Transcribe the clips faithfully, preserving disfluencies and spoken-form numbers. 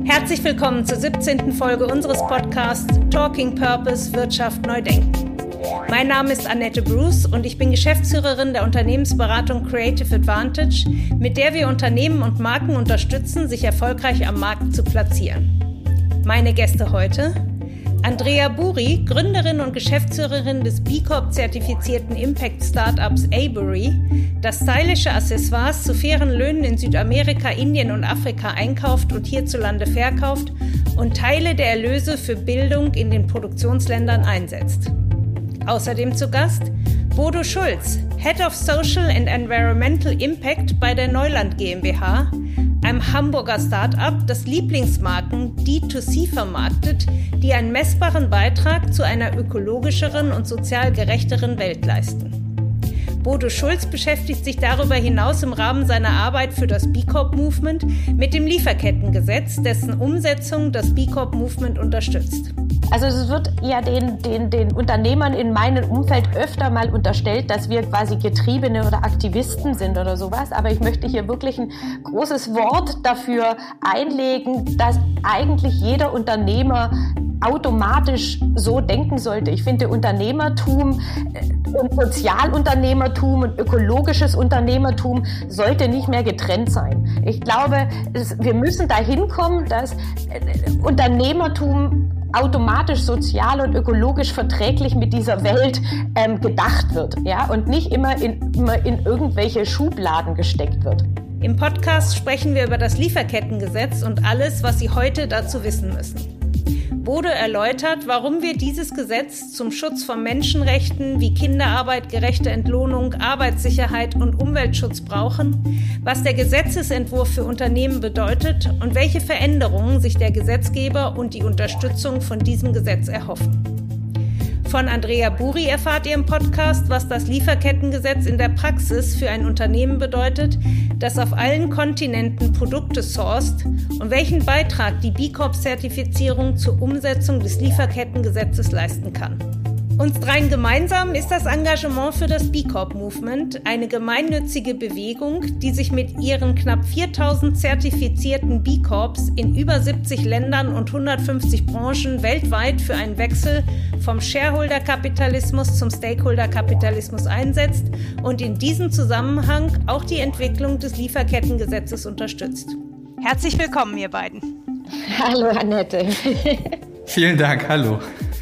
Herzlich willkommen zur siebzehnten Folge unseres Podcasts Talking Purpose – Wirtschaft neu denken. Mein Name ist Annette Bruce und ich bin Geschäftsführerin der Unternehmensberatung Creative Advantage, mit der wir Unternehmen und Marken unterstützen, sich erfolgreich am Markt zu platzieren. Meine Gäste heute: Andrea Buri, Gründerin und Geschäftsführerin des B Corp-zertifizierten Impact-Startups Abory, das stylische Accessoires zu fairen Löhnen in Südamerika, Indien und Afrika einkauft und hierzulande verkauft und Teile der Erlöse für Bildung in den Produktionsländern einsetzt. Außerdem zu Gast Bodo Schulz, Head of Social and Environmental Impact bei der Neuland GmbH, einem Hamburger Start-up, das Lieblingsmarken D zwei C vermarktet, die einen messbaren Beitrag zu einer ökologischeren und sozial gerechteren Welt leisten. Bodo Schulz beschäftigt sich darüber hinaus im Rahmen seiner Arbeit für das B Corp Movement mit dem Lieferkettengesetz, dessen Umsetzung das B Corp Movement unterstützt. Also es wird ja den, den, den Unternehmern in meinem Umfeld öfter mal unterstellt, dass wir quasi Getriebene oder Aktivisten sind oder sowas. Aber ich möchte hier wirklich ein großes Wort dafür einlegen, dass eigentlich jeder Unternehmer automatisch so denken sollte. Ich finde, Unternehmertum und Sozialunternehmertum und ökologisches Unternehmertum sollte nicht mehr getrennt sein. Ich glaube, es, wir müssen dahin kommen, dass Unternehmertum automatisch sozial und ökologisch verträglich mit dieser Welt ähm, gedacht wird, ja, und nicht immer in, immer in irgendwelche Schubladen gesteckt wird. Im Podcast sprechen wir über das Lieferkettengesetz und alles, was Sie heute dazu wissen müssen. Bodo erläutert, warum wir dieses Gesetz zum Schutz von Menschenrechten wie Kinderarbeit, gerechte Entlohnung, Arbeitssicherheit und Umweltschutz brauchen, was der Gesetzesentwurf für Unternehmen bedeutet und welche Veränderungen sich der Gesetzgeber und die Unterstützung von diesem Gesetz erhoffen. Von Andrea Buri erfahrt ihr im Podcast, was das Lieferkettengesetz in der Praxis für ein Unternehmen bedeutet, das auf allen Kontinenten Produkte sourced, und welchen Beitrag die B Corp-Zertifizierung zur Umsetzung des Lieferkettengesetzes leisten kann. Uns dreien gemeinsam ist das Engagement für das B Corp Movement, eine gemeinnützige Bewegung, die sich mit ihren knapp viertausend zertifizierten B Corps in über siebzig Ländern und hundertfünfzig Branchen weltweit für einen Wechsel vom Shareholder-Kapitalismus zum Stakeholder-Kapitalismus einsetzt und in diesem Zusammenhang auch die Entwicklung des Lieferkettengesetzes unterstützt. Herzlich willkommen, ihr beiden. Hallo, Annette. Vielen Dank, hallo.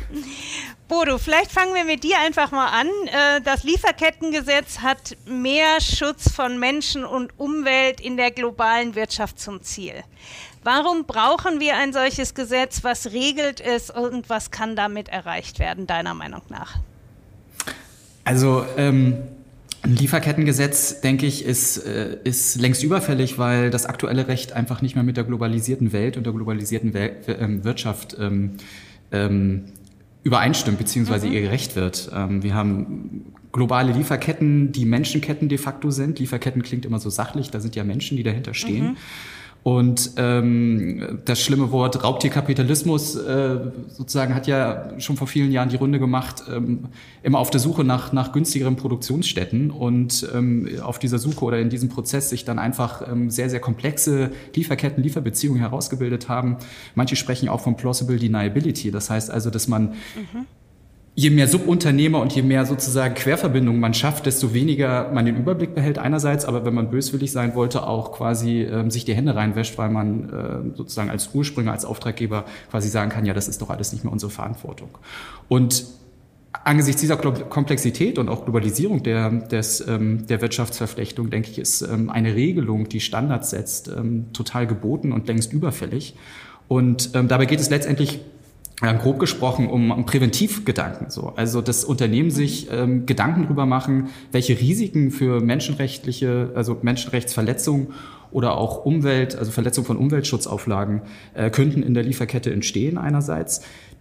Bodo, vielleicht fangen wir mit dir einfach mal an. Das Lieferkettengesetz hat mehr Schutz von Menschen und Umwelt in der globalen Wirtschaft zum Ziel. Warum brauchen wir ein solches Gesetz? Was regelt es und was kann damit erreicht werden, deiner Meinung nach? Also ähm, ein Lieferkettengesetz, denke ich, ist, äh, ist längst überfällig, weil das aktuelle Recht einfach nicht mehr mit der globalisierten Welt und der globalisierten Wel- äh, Wirtschaft ähm, ähm, übereinstimmt bzw. ihr gerecht wird. Ähm, wir haben globale Lieferketten, die Menschenketten de facto sind. Lieferketten klingt immer so sachlich, da sind ja Menschen, die dahinter stehen. Mhm. Und ähm, das schlimme Wort Raubtierkapitalismus äh, sozusagen hat ja schon vor vielen Jahren die Runde gemacht, ähm, immer auf der Suche nach nach günstigeren Produktionsstätten und ähm, auf dieser Suche oder in diesem Prozess sich dann einfach ähm, sehr, sehr komplexe Lieferketten, Lieferbeziehungen herausgebildet haben. Manche sprechen auch von Plausible Deniability, das heißt also, dass man mhm. je mehr Subunternehmer und je mehr sozusagen Querverbindungen man schafft, desto weniger man den Überblick behält einerseits, aber wenn man böswillig sein wollte, auch quasi ähm, sich die Hände reinwäscht, weil man äh, sozusagen als Ursprünger, als Auftraggeber quasi sagen kann, ja, das ist doch alles nicht mehr unsere Verantwortung. Und angesichts dieser Komplexität und auch Globalisierung der, des, ähm, der Wirtschaftsverflechtung, denke ich, ist ähm, eine Regelung, die Standards setzt, ähm, total geboten und längst überfällig. Und ähm, dabei geht es letztendlich Ja, grob gesprochen um, um Präventivgedanken. So. Also das Unternehmen sich ähm, Gedanken darüber machen, welche Risiken für menschenrechtliche, also Menschenrechtsverletzungen oder auch Umwelt, also Verletzung von Umweltschutzauflagen äh, könnten in der Lieferkette entstehen einerseits.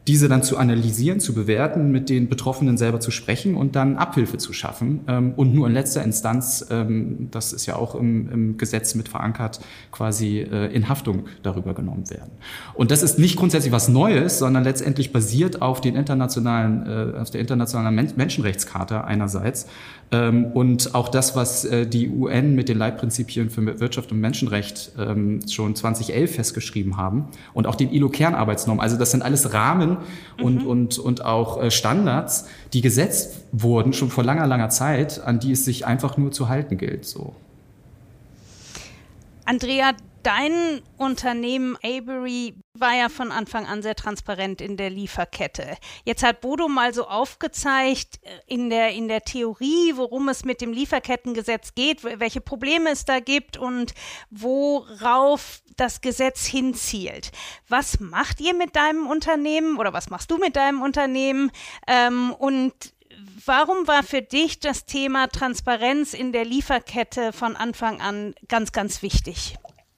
diese dann zu analysieren, zu bewerten, mit den Betroffenen selber zu sprechen und dann Abhilfe zu schaffen. Ähm, und nur in letzter Instanz, ähm, das ist ja auch im, im Gesetz mit verankert, quasi äh, in Haftung darüber genommen werden. Und das ist nicht grundsätzlich was Neues, sondern letztendlich basiert auf den internationalen, äh, auf der internationalen Men- Menschenrechtscharta einerseits. Ähm, und auch das, was äh, die U N mit den Leitprinzipien für Wirtschaft und Menschenrecht ähm, schon zweitausendelf festgeschrieben haben und auch den I L O-Kernarbeitsnormen. Also das sind alles Rahmen und, mhm. und, und auch äh, Standards, die gesetzt wurden, schon vor langer, langer Zeit, an die es sich einfach nur zu halten gilt. So. Andrea, dein Unternehmen Avery war ja von Anfang an sehr transparent in der Lieferkette. Jetzt hat Bodo mal so aufgezeigt in der, in der Theorie, worum es mit dem Lieferkettengesetz geht, welche Probleme es da gibt und worauf das Gesetz hinzielt. Was macht ihr mit deinem Unternehmen oder was machst du mit deinem Unternehmen? Ähm, und warum war für dich das Thema Transparenz in der Lieferkette von Anfang an ganz, ganz wichtig?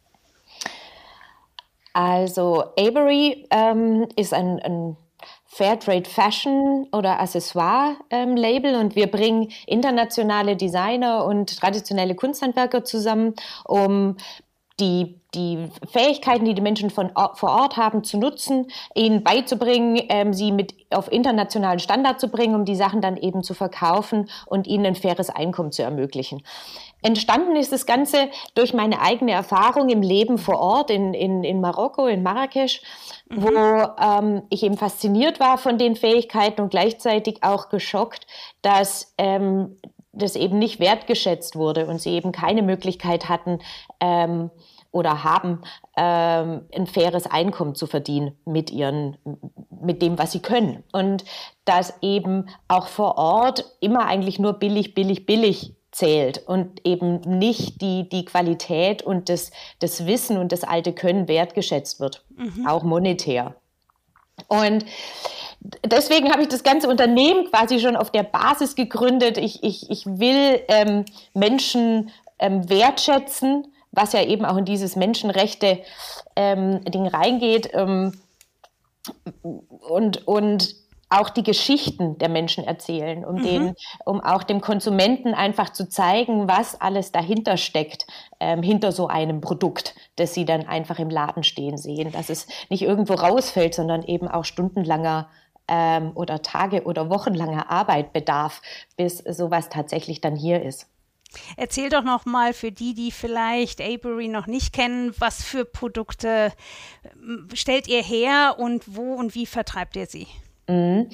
Also Avery ähm, ist ein, ein Fairtrade Fashion oder Accessoire-Label ähm, und wir bringen internationale Designer und traditionelle Kunsthandwerker zusammen, um die, die Fähigkeiten, die die Menschen von vor Ort haben, zu nutzen, ihnen beizubringen, ähm, sie mit auf internationalen Standard zu bringen, um die Sachen dann eben zu verkaufen und ihnen ein faires Einkommen zu ermöglichen. Entstanden ist das Ganze durch meine eigene Erfahrung im Leben vor Ort in, in, in Marokko, in Marrakesch, mhm. wo ähm, ich eben fasziniert war von den Fähigkeiten und gleichzeitig auch geschockt, dass ähm, das eben nicht wertgeschätzt wurde und sie eben keine Möglichkeit hatten ähm, oder haben, ähm, ein faires Einkommen zu verdienen mit ihren, mit dem, was sie können. Und dass eben auch vor Ort immer eigentlich nur billig, billig, billig zählt und eben nicht die, die Qualität und das, das Wissen und das alte Können wertgeschätzt wird, mhm. auch monetär. Und deswegen habe ich das ganze Unternehmen quasi schon auf der Basis gegründet. Ich, ich, ich will ähm, Menschen ähm, wertschätzen, was ja eben auch in dieses Menschenrechte ähm, Ding reingeht ähm, und, und auch die Geschichten der Menschen erzählen, um, mhm. den, um auch dem Konsumenten einfach zu zeigen, was alles dahinter steckt, ähm, hinter so einem Produkt, das sie dann einfach im Laden stehen sehen, dass es nicht irgendwo rausfällt, sondern eben auch stundenlanger ähm, oder Tage- oder wochenlanger Arbeit bedarf, bis sowas tatsächlich dann hier ist. Erzähl doch noch mal für die, die vielleicht Avery noch nicht kennen, was für Produkte stellt ihr her und wo und wie vertreibt ihr sie? Mhm.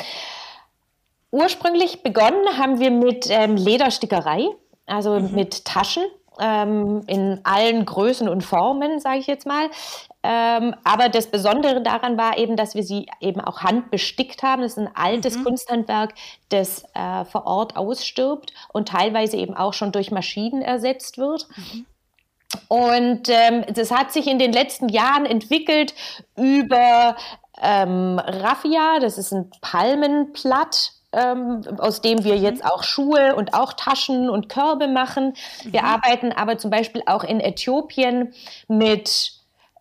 Ursprünglich begonnen haben wir mit ähm, Lederstickerei, also mhm. mit Taschen ähm, in allen Größen und Formen, sage ich jetzt mal. Ähm, aber das Besondere daran war eben, dass wir sie eben auch handbestickt haben. Das ist ein altes mhm. Kunsthandwerk, das äh, vor Ort ausstirbt und teilweise eben auch schon durch Maschinen ersetzt wird. Mhm. Und ähm, das hat sich in den letzten Jahren entwickelt über ähm, Raffia, das ist ein Palmenblatt, ähm, aus dem wir jetzt auch Schuhe und auch Taschen und Körbe machen. Mhm. Wir arbeiten aber zum Beispiel auch in Äthiopien mit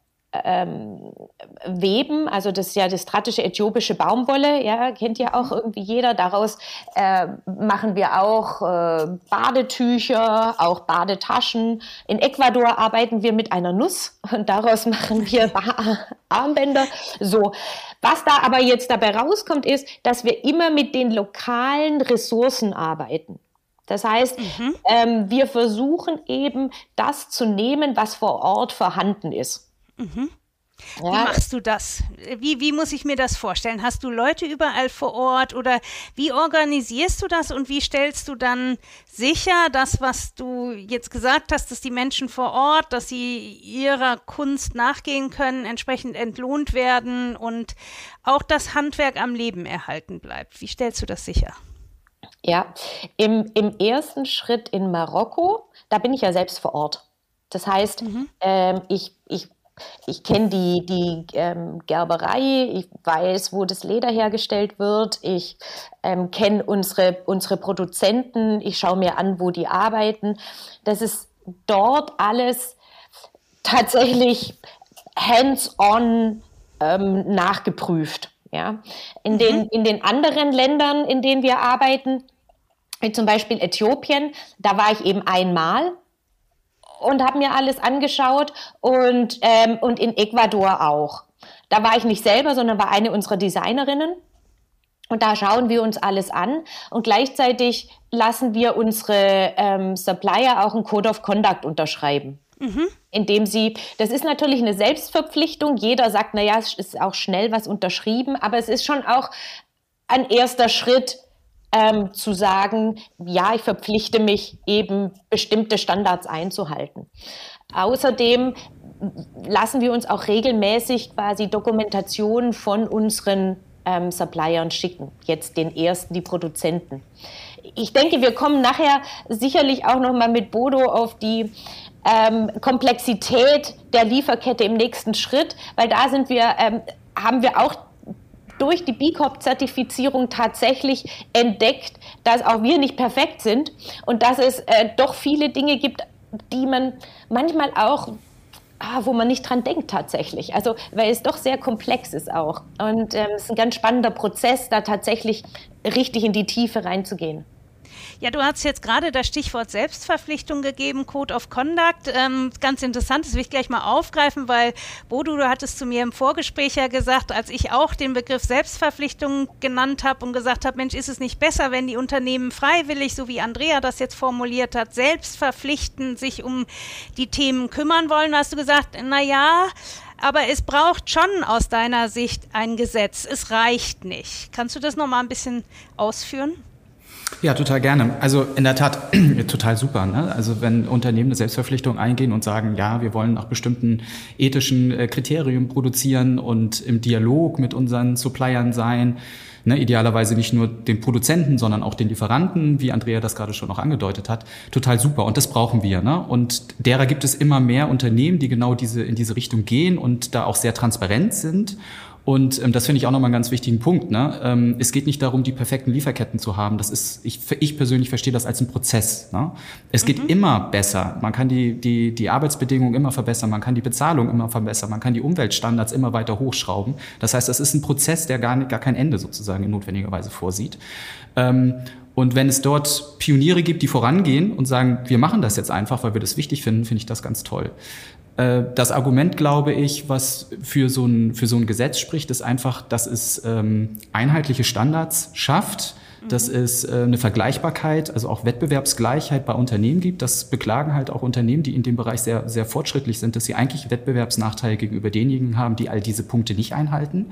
Ähm, Weben, also das ist ja das strattische äthiopische Baumwolle, ja, kennt ja auch irgendwie jeder. Daraus äh, machen wir auch äh, Badetücher, auch Badetaschen. In Ecuador arbeiten wir mit einer Nuss und daraus machen wir ba- Armbänder. So, was da aber jetzt dabei rauskommt, ist, dass wir immer mit den lokalen Ressourcen arbeiten. Das heißt, mhm. ähm, wir versuchen eben das zu nehmen, was vor Ort vorhanden ist. Mhm. Ja. Wie machst du das? Wie, wie muss ich mir das vorstellen? Hast du Leute überall vor Ort oder wie organisierst du das und wie stellst du dann sicher, dass, was du jetzt gesagt hast, dass die Menschen vor Ort, dass sie ihrer Kunst nachgehen können, entsprechend entlohnt werden und auch das Handwerk am Leben erhalten bleibt? Wie stellst du das sicher? Ja, im, im ersten Schritt in Marokko, da bin ich ja selbst vor Ort. Das heißt, mhm. ähm, ich, ich Ich kenne die, die ähm, Gerberei, ich weiß, wo das Leder hergestellt wird, ich ähm, kenne unsere, unsere Produzenten, ich schaue mir an, wo die arbeiten. Das ist dort alles tatsächlich hands-on ähm, nachgeprüft. Ja? In, mhm. den, in den anderen Ländern, in denen wir arbeiten, wie zum Beispiel Äthiopien, da war ich eben einmal und habe mir alles angeschaut und, ähm, und in Ecuador auch. Da war ich nicht selber, sondern war eine unserer Designerinnen. Und da schauen wir uns alles an und gleichzeitig lassen wir unsere ähm, Supplier auch einen Code of Conduct unterschreiben. Mhm. Indem sie, das ist natürlich eine Selbstverpflichtung, jeder sagt, naja, es ist auch schnell was unterschrieben, aber es ist schon auch ein erster Schritt, ähm, zu sagen, ja, ich verpflichte mich eben, bestimmte Standards einzuhalten. Außerdem lassen wir uns auch regelmäßig quasi Dokumentationen von unseren ähm, Suppliern schicken, jetzt den ersten, die Produzenten. Ich denke, wir kommen nachher sicherlich auch noch mal mit Bodo auf die ähm, Komplexität der Lieferkette im nächsten Schritt, weil da sind wir, ähm, haben wir auch durch die B Corp-Zertifizierung tatsächlich entdeckt, dass auch wir nicht perfekt sind und dass es äh, doch viele Dinge gibt, die man manchmal auch, ah, wo man nicht dran denkt tatsächlich. Also, weil es doch sehr komplex ist auch. Und ähm, es ist ein ganz spannender Prozess, da tatsächlich richtig in die Tiefe reinzugehen. Ja, du hast jetzt gerade das Stichwort Selbstverpflichtung gegeben, Code of Conduct. Ähm, ganz interessant, das will ich gleich mal aufgreifen, weil Bodo, du hattest zu mir im Vorgespräch ja gesagt, als ich auch den Begriff Selbstverpflichtung genannt habe und gesagt habe, Mensch, ist es nicht besser, wenn die Unternehmen freiwillig, so wie Andrea das jetzt formuliert hat, selbst verpflichten, sich um die Themen kümmern wollen, hast du gesagt, na ja, aber es braucht schon aus deiner Sicht ein Gesetz. Es reicht nicht. Kannst du das noch mal ein bisschen ausführen? Ja, total gerne. Also in der Tat total super. Ne? Also wenn Unternehmen eine Selbstverpflichtung eingehen und sagen, ja, wir wollen nach bestimmten ethischen äh, Kriterien produzieren und im Dialog mit unseren Suppliern sein, ne? Idealerweise nicht nur den Produzenten, sondern auch den Lieferanten, wie Andrea das gerade schon auch angedeutet hat, total super. Und das brauchen wir. Ne? Und derer gibt es immer mehr Unternehmen, die genau diese in diese Richtung gehen und da auch sehr transparent sind. Und ähm, das finde ich auch nochmal einen ganz wichtigen Punkt. Ne? Ähm, es geht nicht darum, die perfekten Lieferketten zu haben. Das ist, ich, ich persönlich verstehe das als einen Prozess. Ne? Es geht mhm. immer besser. Man kann die, die, die Arbeitsbedingungen immer verbessern, man kann die Bezahlung immer verbessern, man kann die Umweltstandards immer weiter hochschrauben. Das heißt, das ist ein Prozess, der gar, nicht, gar kein Ende sozusagen notwendigerweise vorsieht. Ähm, Und wenn es dort Pioniere gibt, die vorangehen und sagen, wir machen das jetzt einfach, weil wir das wichtig finden, finde ich das ganz toll. Das Argument, glaube ich, was für so ein, für so ein Gesetz spricht, ist einfach, dass es ähm, einheitliche Standards schafft, mhm. dass es äh, eine Vergleichbarkeit, also auch Wettbewerbsgleichheit bei Unternehmen gibt. Das beklagen halt auch Unternehmen, die in dem Bereich sehr, sehr fortschrittlich sind, dass sie eigentlich Wettbewerbsnachteile gegenüber denjenigen haben, die all diese Punkte nicht einhalten.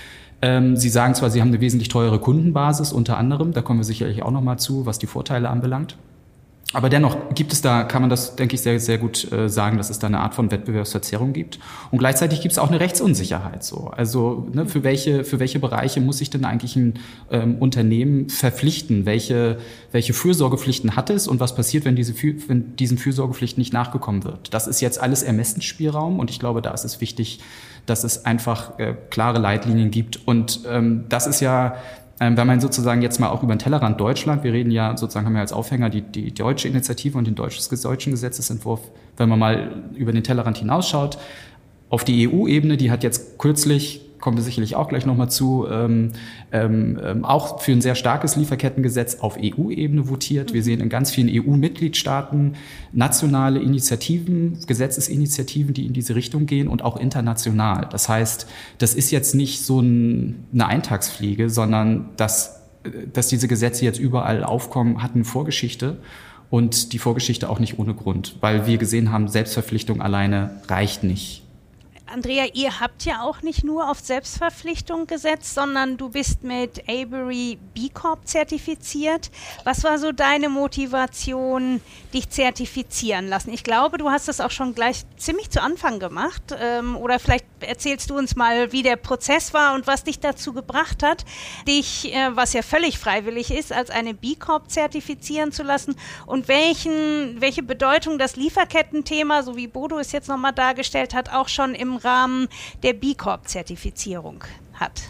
Ähm, sie sagen zwar, sie haben eine wesentlich teure Kundenbasis, unter anderem, da kommen wir sicherlich auch noch mal zu, was die Vorteile anbelangt. Aber dennoch gibt es da, kann man das, denke ich, sehr, sehr gut äh, sagen, dass es da eine Art von Wettbewerbsverzerrung gibt. Und gleichzeitig gibt es auch eine Rechtsunsicherheit. So, also ne, für welche für welche Bereiche muss sich denn eigentlich ein ähm, Unternehmen verpflichten? Welche welche Fürsorgepflichten hat es und was passiert, wenn diese wenn diesen Fürsorgepflichten nicht nachgekommen wird? Das ist jetzt alles Ermessensspielraum und ich glaube, da ist es wichtig, dass es einfach äh, klare Leitlinien gibt. Und ähm, das ist ja Ähm, wenn man sozusagen jetzt mal auch über den Tellerrand Deutschland, wir reden ja sozusagen, haben wir als Aufhänger die, die deutsche Initiative und den deutsches, deutschen Gesetzesentwurf, wenn man mal über den Tellerrand hinausschaut, auf die E U-Ebene, die hat jetzt kürzlich, kommen wir sicherlich auch gleich nochmal zu, ähm, ähm, auch für ein sehr starkes Lieferkettengesetz auf E U-Ebene votiert. Wir sehen in ganz vielen E U-Mitgliedstaaten nationale Initiativen, Gesetzesinitiativen, die in diese Richtung gehen und auch international. Das heißt, das ist jetzt nicht so ein, eine Eintagsfliege, sondern dass, dass diese Gesetze jetzt überall aufkommen, hat eine Vorgeschichte. Und die Vorgeschichte auch nicht ohne Grund, weil wir gesehen haben, Selbstverpflichtung alleine reicht nicht. Andrea, ihr habt ja auch nicht nur auf Selbstverpflichtung gesetzt, sondern du bist mit Avery B Corp zertifiziert. Was war so deine Motivation, dich zertifizieren lassen? Ich glaube, du hast das auch schon gleich ziemlich zu Anfang gemacht. Ähm, oder vielleicht erzählst du uns mal, wie der Prozess war und was dich dazu gebracht hat, dich, äh, was ja völlig freiwillig ist, als eine B Corp zertifizieren zu lassen und welchen, welche Bedeutung das Lieferkettenthema, so wie Bodo es jetzt nochmal dargestellt hat, auch schon im Rahmen der B Corp-Zertifizierung hat?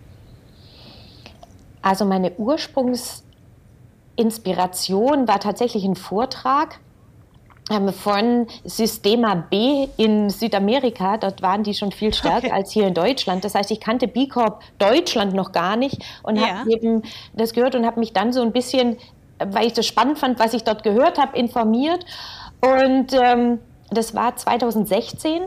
Also meine Ursprungsinspiration war tatsächlich ein Vortrag von Systema B in Südamerika. Dort waren die schon viel stärker okay. als hier in Deutschland. Das heißt, ich kannte B Corp Deutschland noch gar nicht und ja. habe eben das gehört und habe mich dann so ein bisschen, weil ich das spannend fand, was ich dort gehört habe, informiert. Und ähm, das war zwanzig sechzehn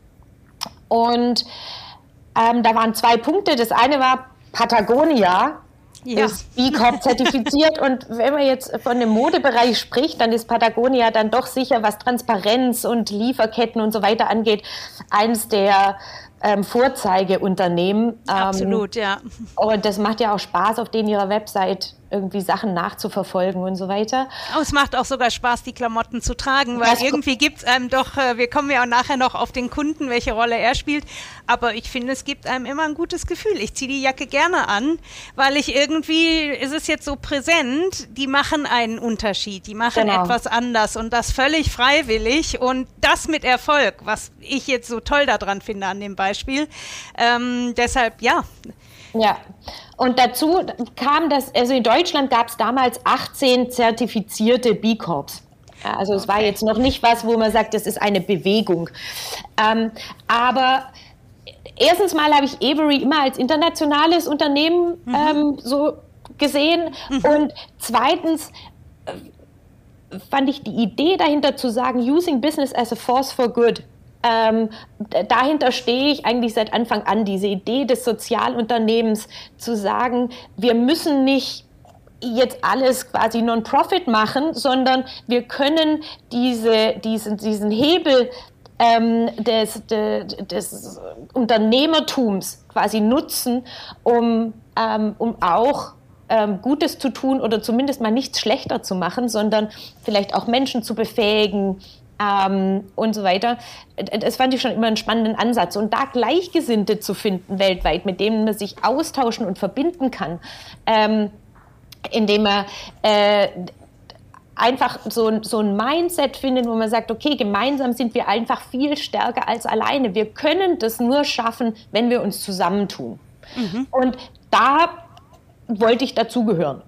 und ähm, da waren zwei Punkte. Das eine war Patagonia. Ja. Ist B Corp zertifiziert und wenn man jetzt von dem Modebereich spricht, dann ist Patagonia dann doch sicher, was Transparenz und Lieferketten und so weiter angeht, eines der ähm, Vorzeigeunternehmen. Absolut, ähm, ja. Und das macht ja auch Spaß, auf denen ihrer Website irgendwie Sachen nachzuverfolgen und so weiter. Oh, es macht auch sogar Spaß, die Klamotten zu tragen, weil das irgendwie gibt es einem doch, wir kommen ja auch nachher noch auf den Kunden, welche Rolle er spielt, aber ich finde, es gibt einem immer ein gutes Gefühl. Ich ziehe die Jacke gerne an, weil ich irgendwie, ist es jetzt so präsent, die machen einen Unterschied, die machen genau. etwas anders und das völlig freiwillig und das mit Erfolg, was ich jetzt so toll daran finde an dem Beispiel. Ähm, deshalb, ja. Ja, und dazu kam das, also in Deutschland gab es damals achtzehn zertifizierte B Corps. Also es okay. war jetzt noch nicht was, wo man sagt, das ist eine Bewegung. Ähm, aber erstens mal habe ich Avery immer als internationales Unternehmen mhm. ähm, so gesehen mhm. und zweitens äh, fand ich die Idee dahinter zu sagen, using business as a force for good. Ähm, dahinter stehe ich eigentlich seit Anfang an, diese Idee des Sozialunternehmens zu sagen, wir müssen nicht jetzt alles quasi Non-Profit machen, sondern wir können diese, diesen, diesen Hebel ähm, des, des, des Unternehmertums quasi nutzen, um, ähm, um auch ähm, Gutes zu tun oder zumindest mal nichts schlechter zu machen, sondern vielleicht auch Menschen zu befähigen, Ähm, und so weiter. Das fand ich schon immer einen spannenden Ansatz. Und da Gleichgesinnte zu finden weltweit, mit denen man sich austauschen und verbinden kann, ähm, indem man äh, einfach so, so ein Mindset findet, wo man sagt, okay, gemeinsam sind wir einfach viel stärker als alleine. Wir können das nur schaffen, wenn wir uns zusammentun. Mhm. Und da wollte ich dazugehören.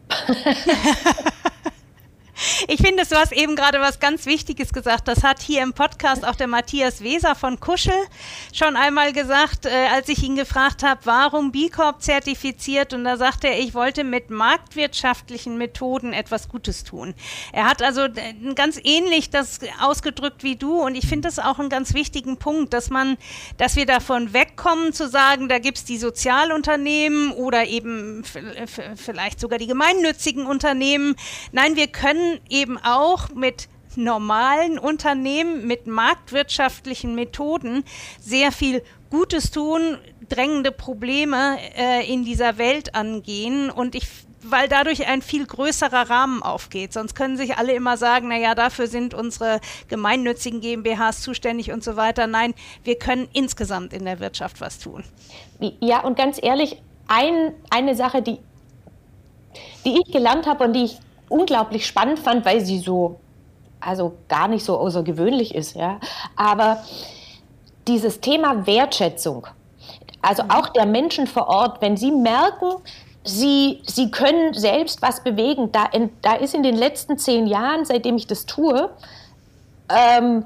Ich finde, du hast eben gerade was ganz Wichtiges gesagt. Das hat hier im Podcast auch der Matthias Weser von Kuschel schon einmal gesagt, äh, als ich ihn gefragt habe, warum B Corp zertifiziert. Und da sagte er, ich wollte mit marktwirtschaftlichen Methoden etwas Gutes tun. Er hat also ganz ähnlich das ausgedrückt wie du. Und ich finde das auch einen ganz wichtigen Punkt, dass man, dass wir davon wegkommen zu sagen, da gibt es die Sozialunternehmen oder eben f- f- vielleicht sogar die gemeinnützigen Unternehmen. Nein, wir können eben auch mit normalen Unternehmen, mit marktwirtschaftlichen Methoden sehr viel Gutes tun, drängende Probleme äh, in dieser Welt angehen und ich, weil dadurch ein viel größerer Rahmen aufgeht. Sonst können sich alle immer sagen, naja, dafür sind unsere gemeinnützigen GmbHs zuständig und so weiter. Nein, wir können insgesamt in der Wirtschaft was tun. Ja, und ganz ehrlich, ein, eine Sache, die, die ich gelernt habe und die ich unglaublich spannend fand, weil sie so, also gar nicht so außergewöhnlich ist, ja. Aber dieses Thema Wertschätzung, also auch der Menschen vor Ort, wenn sie merken, sie, sie können selbst was bewegen, da, in, da ist in den letzten zehn Jahren, seitdem ich das tue, ähm,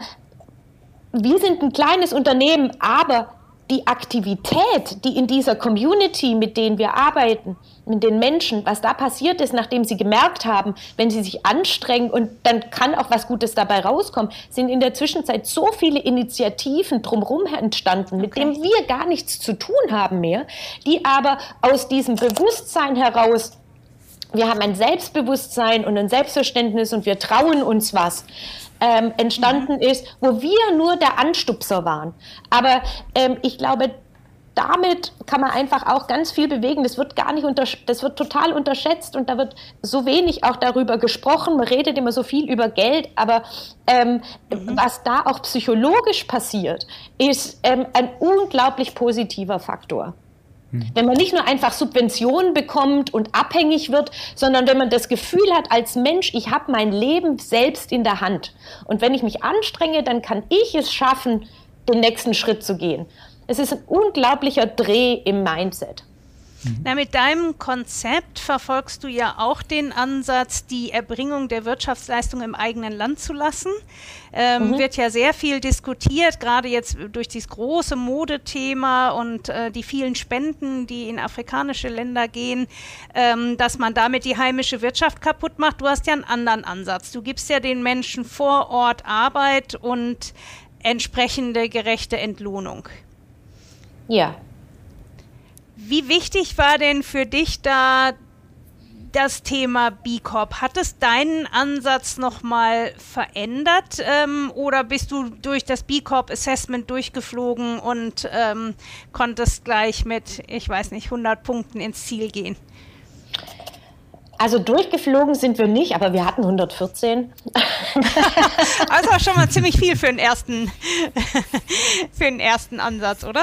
wir sind ein kleines Unternehmen, aber die Aktivität, die in dieser Community, mit denen wir arbeiten, mit den Menschen, was da passiert ist, nachdem sie gemerkt haben, wenn sie sich anstrengen und dann kann auch was Gutes dabei rauskommen, sind in der Zwischenzeit so viele Initiativen drumherum entstanden, mit okay. denen wir gar nichts zu tun haben mehr, die aber aus diesem Bewusstsein heraus, wir haben ein Selbstbewusstsein und ein Selbstverständnis und wir trauen uns was, Ähm, entstanden mhm. ist, wo wir nur der Anstupser waren. Aber ähm, ich glaube, damit kann man einfach auch ganz viel bewegen. Das wird gar nicht unter, das wird total unterschätzt und da wird so wenig auch darüber gesprochen. Man redet immer so viel über Geld, aber ähm, mhm. was da auch psychologisch passiert, ist ähm, ein unglaublich positiver Faktor. Wenn man nicht nur einfach Subventionen bekommt und abhängig wird, sondern wenn man das Gefühl hat als Mensch, ich habe mein Leben selbst in der Hand. Und wenn ich mich anstrenge, dann kann ich es schaffen, den nächsten Schritt zu gehen. Es ist ein unglaublicher Dreh im Mindset. Na, mit deinem Konzept verfolgst du ja auch den Ansatz, die Erbringung der Wirtschaftsleistung im eigenen Land zu lassen. Ähm, mhm. Wird ja sehr viel diskutiert, gerade jetzt durch dieses große Modethema und äh, die vielen Spenden, die in afrikanische Länder gehen, ähm, dass man damit die heimische Wirtschaft kaputt macht. Du hast ja einen anderen Ansatz. Du gibst ja den Menschen vor Ort Arbeit und entsprechende gerechte Entlohnung. Ja. Wie wichtig war denn für dich da das Thema B Corp? Hat es deinen Ansatz nochmal verändert ähm, oder bist du durch das B Corp Assessment durchgeflogen und ähm, konntest gleich mit, ich weiß nicht, hundert Punkten ins Ziel gehen? Also durchgeflogen sind wir nicht, aber wir hatten hundertvierzehn. Also auch schon mal ziemlich viel für den ersten, für den ersten Ansatz, oder?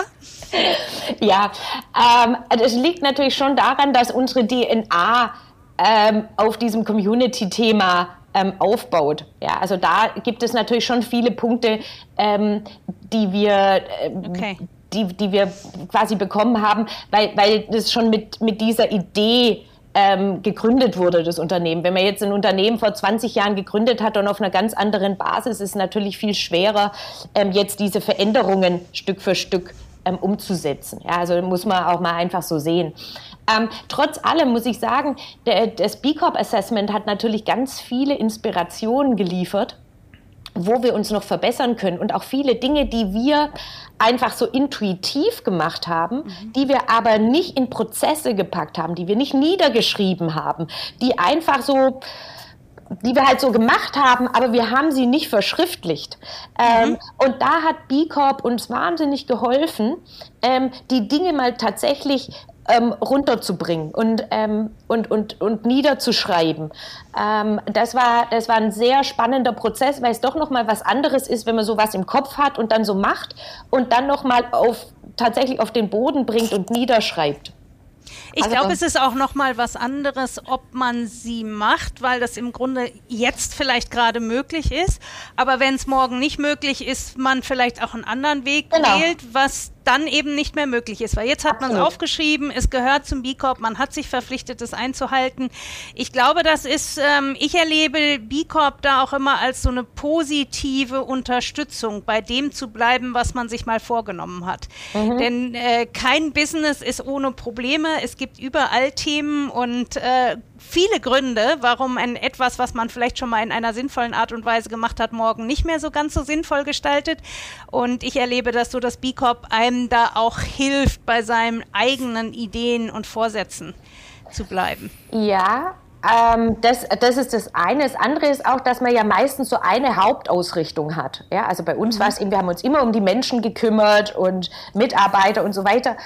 Ja, ähm, das liegt natürlich schon daran, dass unsere D N A ähm, auf diesem Community-Thema ähm, aufbaut. Ja, also da gibt es natürlich schon viele Punkte, ähm, die wir... Ähm, okay. die, die wir quasi bekommen haben, weil, weil das schon mit, mit dieser Idee Ähm, gegründet wurde, das Unternehmen. Wenn man jetzt ein Unternehmen vor zwanzig Jahren gegründet hat und auf einer ganz anderen Basis, ist es natürlich viel schwerer, ähm, jetzt diese Veränderungen Stück für Stück ähm, umzusetzen. Ja, also muss man auch mal einfach so sehen. Ähm, trotz allem muss ich sagen, der, das B Corp Assessment hat natürlich ganz viele Inspirationen geliefert, wo wir uns noch verbessern können und auch viele Dinge, die wir einfach so intuitiv gemacht haben, mhm. die wir aber nicht in Prozesse gepackt haben, die wir nicht niedergeschrieben haben, die einfach so, die wir halt so gemacht haben, aber wir haben sie nicht verschriftlicht. Mhm. Ähm, und da hat B Corp uns wahnsinnig geholfen, ähm, die Dinge mal tatsächlich Ähm, runterzubringen und, ähm, und, und, und niederzuschreiben. Ähm, das war, das war ein sehr spannender Prozess, weil es doch nochmal was anderes ist, wenn man sowas im Kopf hat und dann so macht und dann nochmal auf, tatsächlich auf den Boden bringt und niederschreibt. Ich also, glaube, es ist auch nochmal was anderes, ob man sie macht, weil das im Grunde jetzt vielleicht gerade möglich ist. Aber wenn es morgen nicht möglich ist, man vielleicht auch einen anderen Weg genau. wählt, was dann eben nicht mehr möglich ist. Weil jetzt hat man es aufgeschrieben, es gehört zum B Corp, man hat sich verpflichtet, es einzuhalten. Ich glaube, das ist, ähm, ich erlebe B Corp da auch immer als so eine positive Unterstützung, bei dem zu bleiben, was man sich mal vorgenommen hat. Mhm. Denn äh, kein Business ist ohne Probleme. Es gibt überall Themen und äh, viele Gründe, warum ein etwas, was man vielleicht schon mal in einer sinnvollen Art und Weise gemacht hat, morgen nicht mehr so ganz so sinnvoll gestaltet. Und ich erlebe das so, dass B Corp einem da auch hilft, bei seinen eigenen Ideen und Vorsätzen zu bleiben. Ja, ähm, das, das ist das eine. Das andere ist auch, dass man ja meistens so eine Hauptausrichtung hat. Ja, also bei uns mhm. war es eben, wir haben uns immer um die Menschen gekümmert und Mitarbeiter und so weiter.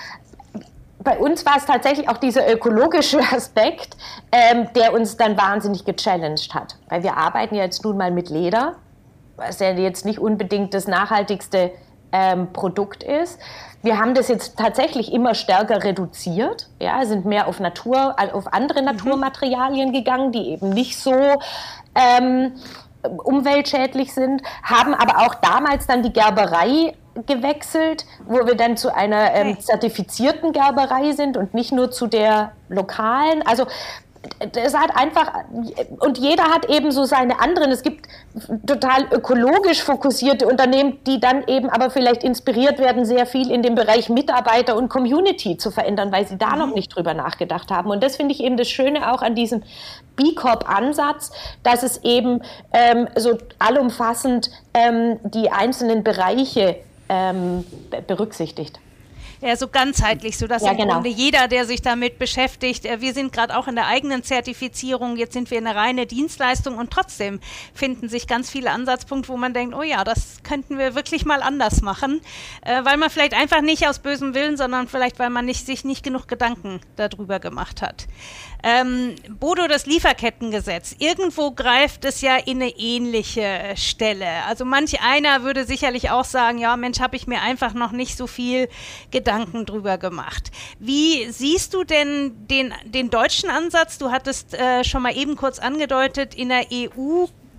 Bei uns war es tatsächlich auch dieser ökologische Aspekt, ähm, der uns dann wahnsinnig gechallenged hat. Weil wir arbeiten ja jetzt nun mal mit Leder, was ja jetzt nicht unbedingt das nachhaltigste ähm, Produkt ist. Wir haben das jetzt tatsächlich immer stärker reduziert, ja, sind mehr auf Natur, auf andere Naturmaterialien gegangen, die eben nicht so ähm, umweltschädlich sind, haben aber auch damals dann die Gerberei gewechselt, wo wir dann zu einer ähm, zertifizierten Gerberei sind und nicht nur zu der lokalen. Also das hat einfach, und jeder hat eben so seine anderen, es gibt total ökologisch fokussierte Unternehmen, die dann eben aber vielleicht inspiriert werden, sehr viel in dem Bereich Mitarbeiter und Community zu verändern, weil sie da mhm. noch nicht drüber nachgedacht haben. Und das finde ich eben das Schöne auch an diesem B Corp Ansatz, dass es eben ähm, so allumfassend ähm, die einzelnen Bereiche ähm, berücksichtigt. Ja, so ganzheitlich, sodass ja, im genau. Grunde jeder, der sich damit beschäftigt, wir sind gerade auch in der eigenen Zertifizierung, jetzt sind wir eine reine Dienstleistung und trotzdem finden sich ganz viele Ansatzpunkte, wo man denkt, oh ja, das könnten wir wirklich mal anders machen, äh, weil man vielleicht einfach nicht aus bösem Willen, sondern vielleicht, weil man nicht, sich nicht genug Gedanken darüber gemacht hat. Ähm, Bodo, das Lieferkettengesetz, irgendwo greift es ja in eine ähnliche Stelle. Also manch einer würde sicherlich auch sagen, ja Mensch, habe ich mir einfach noch nicht so viel Gedanken drüber gemacht. Wie siehst du denn den, den deutschen Ansatz? Du hattest äh, schon mal eben kurz angedeutet, in der E U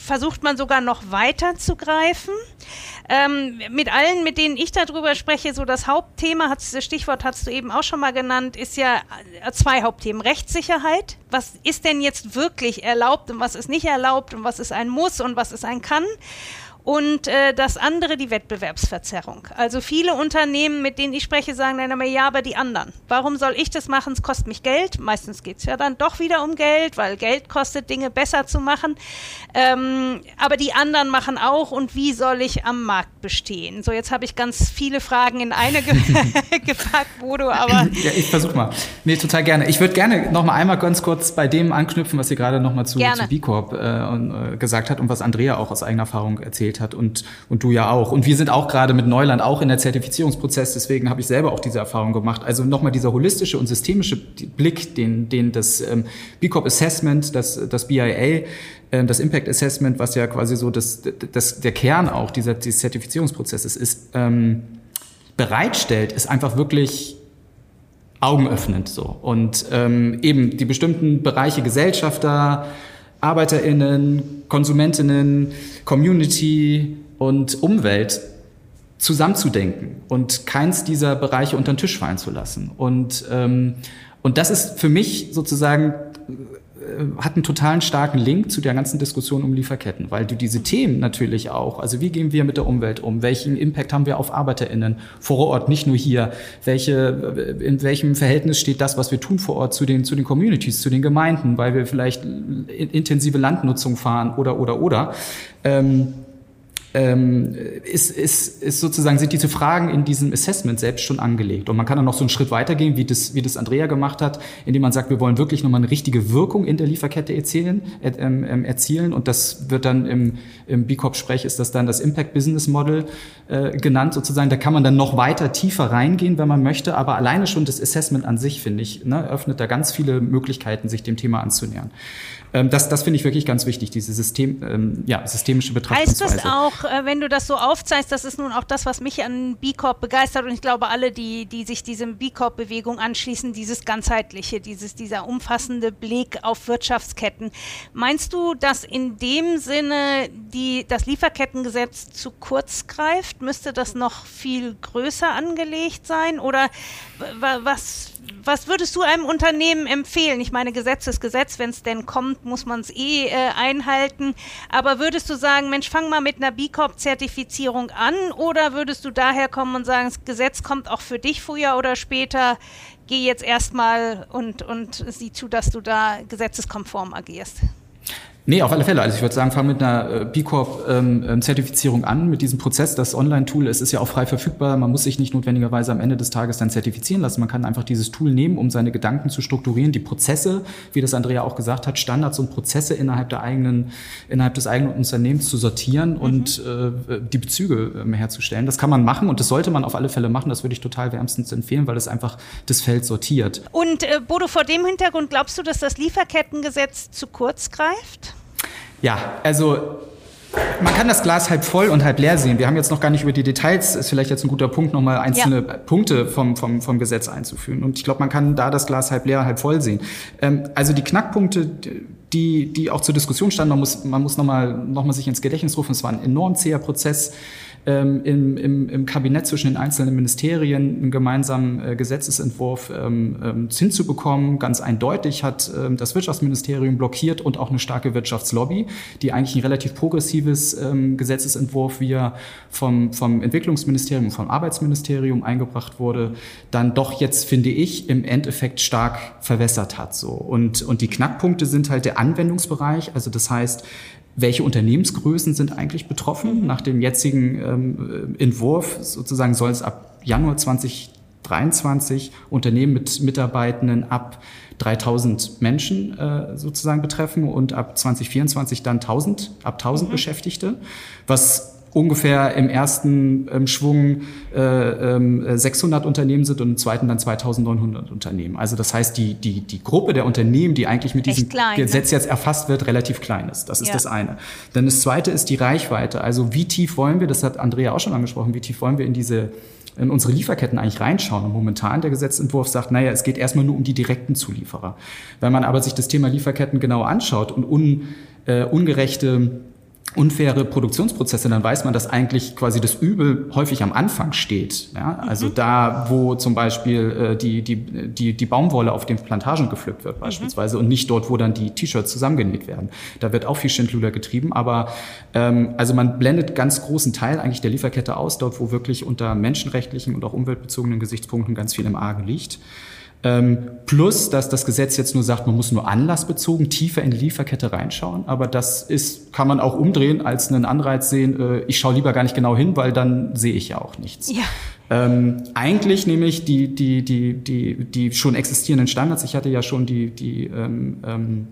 versucht man sogar noch weiter zu greifen. Ähm, mit allen, mit denen ich darüber spreche, so das Hauptthema, hat's, das Stichwort hast du eben auch schon mal genannt, ist ja zwei Hauptthemen. Rechtssicherheit. Was ist denn jetzt wirklich erlaubt und was ist nicht erlaubt und was ist ein Muss und was ist ein Kann? Und äh, das andere, die Wettbewerbsverzerrung. Also viele Unternehmen, mit denen ich spreche, sagen dann immer, ja, aber die anderen. Warum soll ich das machen? Es kostet mich Geld. Meistens geht es ja dann doch wieder um Geld, weil Geld kostet, Dinge besser zu machen. Ähm, aber die anderen machen auch. Und wie soll ich am Markt bestehen? So, jetzt habe ich ganz viele Fragen in eine ge gepackt, Bodo, aber... Ja, ich versuche mal. Nee, total gerne. Ich würde gerne noch mal einmal ganz kurz bei dem anknüpfen, was ihr gerade noch mal zu, zu B Corp äh, äh, gesagt hat und was Andrea auch aus eigener Erfahrung erzählt hat und, und du ja auch. Und wir sind auch gerade mit Neuland auch in der Zertifizierungsprozess, deswegen habe ich selber auch diese Erfahrung gemacht. Also nochmal dieser holistische und systemische Blick, den, den das ähm, B Corp Assessment, das, das B I A, äh, das Impact Assessment, was ja quasi so das, das, der Kern auch dieser, dieses Zertifizierungsprozesses ist, ähm, bereitstellt, ist einfach wirklich augenöffnend so. Und ähm, eben die bestimmten Bereiche Gesellschafter, ArbeiterInnen, KonsumentInnen, Community und Umwelt zusammenzudenken und keins dieser Bereiche unter den Tisch fallen zu lassen. Und, ähm, und das ist für mich sozusagen, äh, hat einen totalen starken Link zu der ganzen Diskussion um Lieferketten, weil du diese Themen natürlich auch, also wie gehen wir mit der Umwelt um, welchen Impact haben wir auf ArbeiterInnen vor Ort, nicht nur hier, welche, in welchem Verhältnis steht das, was wir tun vor Ort zu den, zu den Communities, zu den Gemeinden, weil wir vielleicht intensive Landnutzung fahren oder, oder, oder. Ähm, Ähm, ist, ist, ist sozusagen, sind diese Fragen in diesem Assessment selbst schon angelegt. Und man kann dann noch so einen Schritt weitergehen, wie das, wie das Andrea gemacht hat, indem man sagt, wir wollen wirklich nochmal eine richtige Wirkung in der Lieferkette erzielen, äh, äh, erzielen. Und das wird dann im, im B Corp-Sprech ist das dann das Impact Business Model äh, genannt sozusagen. Da kann man dann noch weiter tiefer reingehen, wenn man möchte. Aber alleine schon das Assessment an sich, finde ich, ne, öffnet da ganz viele Möglichkeiten, sich dem Thema anzunähern. Ähm, das, das finde ich wirklich ganz wichtig, diese System, ähm, ja, systemische Betrachtungsweise. Heißt das auch, wenn du das so aufzeigst, das ist nun auch das, was mich an B Corp begeistert und ich glaube alle, die, die sich diesem B Corp-Bewegung anschließen, dieses ganzheitliche, dieses, dieser umfassende Blick auf Wirtschaftsketten. Meinst du, dass in dem Sinne die, das Lieferkettengesetz zu kurz greift? Müsste das noch viel größer angelegt sein oder was, was würdest du einem Unternehmen empfehlen? Ich meine, Gesetz ist Gesetz, wenn es denn kommt, muss man es eh äh, einhalten, aber würdest du sagen, Mensch, fang mal mit einer B Corp-Zertifizierung an oder würdest du daher kommen und sagen, das Gesetz kommt auch für dich früher oder später, geh jetzt erstmal und, und sieh zu, dass du da gesetzeskonform agierst? Nee, auf alle Fälle. Also ich würde sagen, fang mit einer B Corp-Zertifizierung ähm, an, mit diesem Prozess. Das Online-Tool, es ist ja auch frei verfügbar. Man muss sich nicht notwendigerweise am Ende des Tages dann zertifizieren lassen. Man kann einfach dieses Tool nehmen, um seine Gedanken zu strukturieren, die Prozesse, wie das Andrea auch gesagt hat, Standards und Prozesse innerhalb der eigenen, innerhalb des eigenen Unternehmens zu sortieren mhm. und äh, die Bezüge äh, herzustellen. Das kann man machen und das sollte man auf alle Fälle machen. Das würde ich total wärmstens empfehlen, weil es einfach das Feld sortiert. Und äh, Bodo, vor dem Hintergrund glaubst du, dass das Lieferkettengesetz zu kurz greift? Ja, also man kann das Glas halb voll und halb leer sehen. Wir haben jetzt noch gar nicht über die Details, ist vielleicht jetzt ein guter Punkt, nochmal einzelne ja. Punkte vom, vom, vom Gesetz einzuführen. Und ich glaube, man kann da das Glas halb leer, halb voll sehen. Ähm, also die Knackpunkte, die, die auch zur Diskussion standen, man muss, man muss nochmal noch mal sich ins Gedächtnis rufen, es war ein enorm zäher Prozess. Ähm, im, im, im Kabinett zwischen den einzelnen Ministerien einen gemeinsamen äh, Gesetzesentwurf ähm, ähm, hinzubekommen. Ganz eindeutig hat ähm, das Wirtschaftsministerium blockiert und auch eine starke Wirtschaftslobby, die eigentlich ein relativ progressives ähm, Gesetzesentwurf, wie er vom, vom Entwicklungsministerium und vom Arbeitsministerium eingebracht wurde, dann doch jetzt, finde ich, im Endeffekt stark verwässert hat. So. Und, und die Knackpunkte sind halt der Anwendungsbereich, also das heißt, welche Unternehmensgrößen sind eigentlich betroffen? Nach dem jetzigen ähm, Entwurf sozusagen soll es ab Januar zwanzig dreiundzwanzig Unternehmen mit Mitarbeitenden ab dreitausend Menschen äh, sozusagen betreffen und ab zwanzig vierundzwanzig dann tausend, ab tausend mhm. Beschäftigte, was ungefähr im ersten ähm, Schwung äh, äh, sechshundert Unternehmen sind und im zweiten dann zweitausendneunhundert Unternehmen. Also das heißt, die, die, die Gruppe der Unternehmen, die eigentlich mit diesem klein, Gesetz ne? jetzt erfasst wird, relativ klein ist. Das ist ja. das eine. Dann das zweite ist die Reichweite. Also wie tief wollen wir, das hat Andrea auch schon angesprochen, wie tief wollen wir in diese in unsere Lieferketten eigentlich reinschauen. Und momentan der Gesetzentwurf sagt, naja, es geht erstmal nur um die direkten Zulieferer. Wenn man aber sich das Thema Lieferketten genau anschaut und un, äh, ungerechte unfaire Produktionsprozesse, dann weiß man, dass eigentlich quasi das Übel häufig am Anfang steht. Ja? Also mhm. da, wo zum Beispiel äh, die, die, die, die Baumwolle auf den Plantagen gepflückt wird beispielsweise mhm. und nicht dort, wo dann die T-Shirts zusammengenäht werden. Da wird auch viel Schindluder getrieben, aber ähm, also man blendet ganz großen Teil eigentlich der Lieferkette aus, dort, wo wirklich unter menschenrechtlichen und auch umweltbezogenen Gesichtspunkten ganz viel im Argen liegt. Ähm, plus, dass das Gesetz jetzt nur sagt, man muss nur anlassbezogen tiefer in die Lieferkette reinschauen. Aber das ist, kann man auch umdrehen als einen Anreiz sehen, äh, ich schaue lieber gar nicht genau hin, weil dann sehe ich ja auch nichts. Ja. Ähm, eigentlich nämlich die, die, die, die, die schon existierenden Standards, ich hatte ja schon die, die ähm, ähm,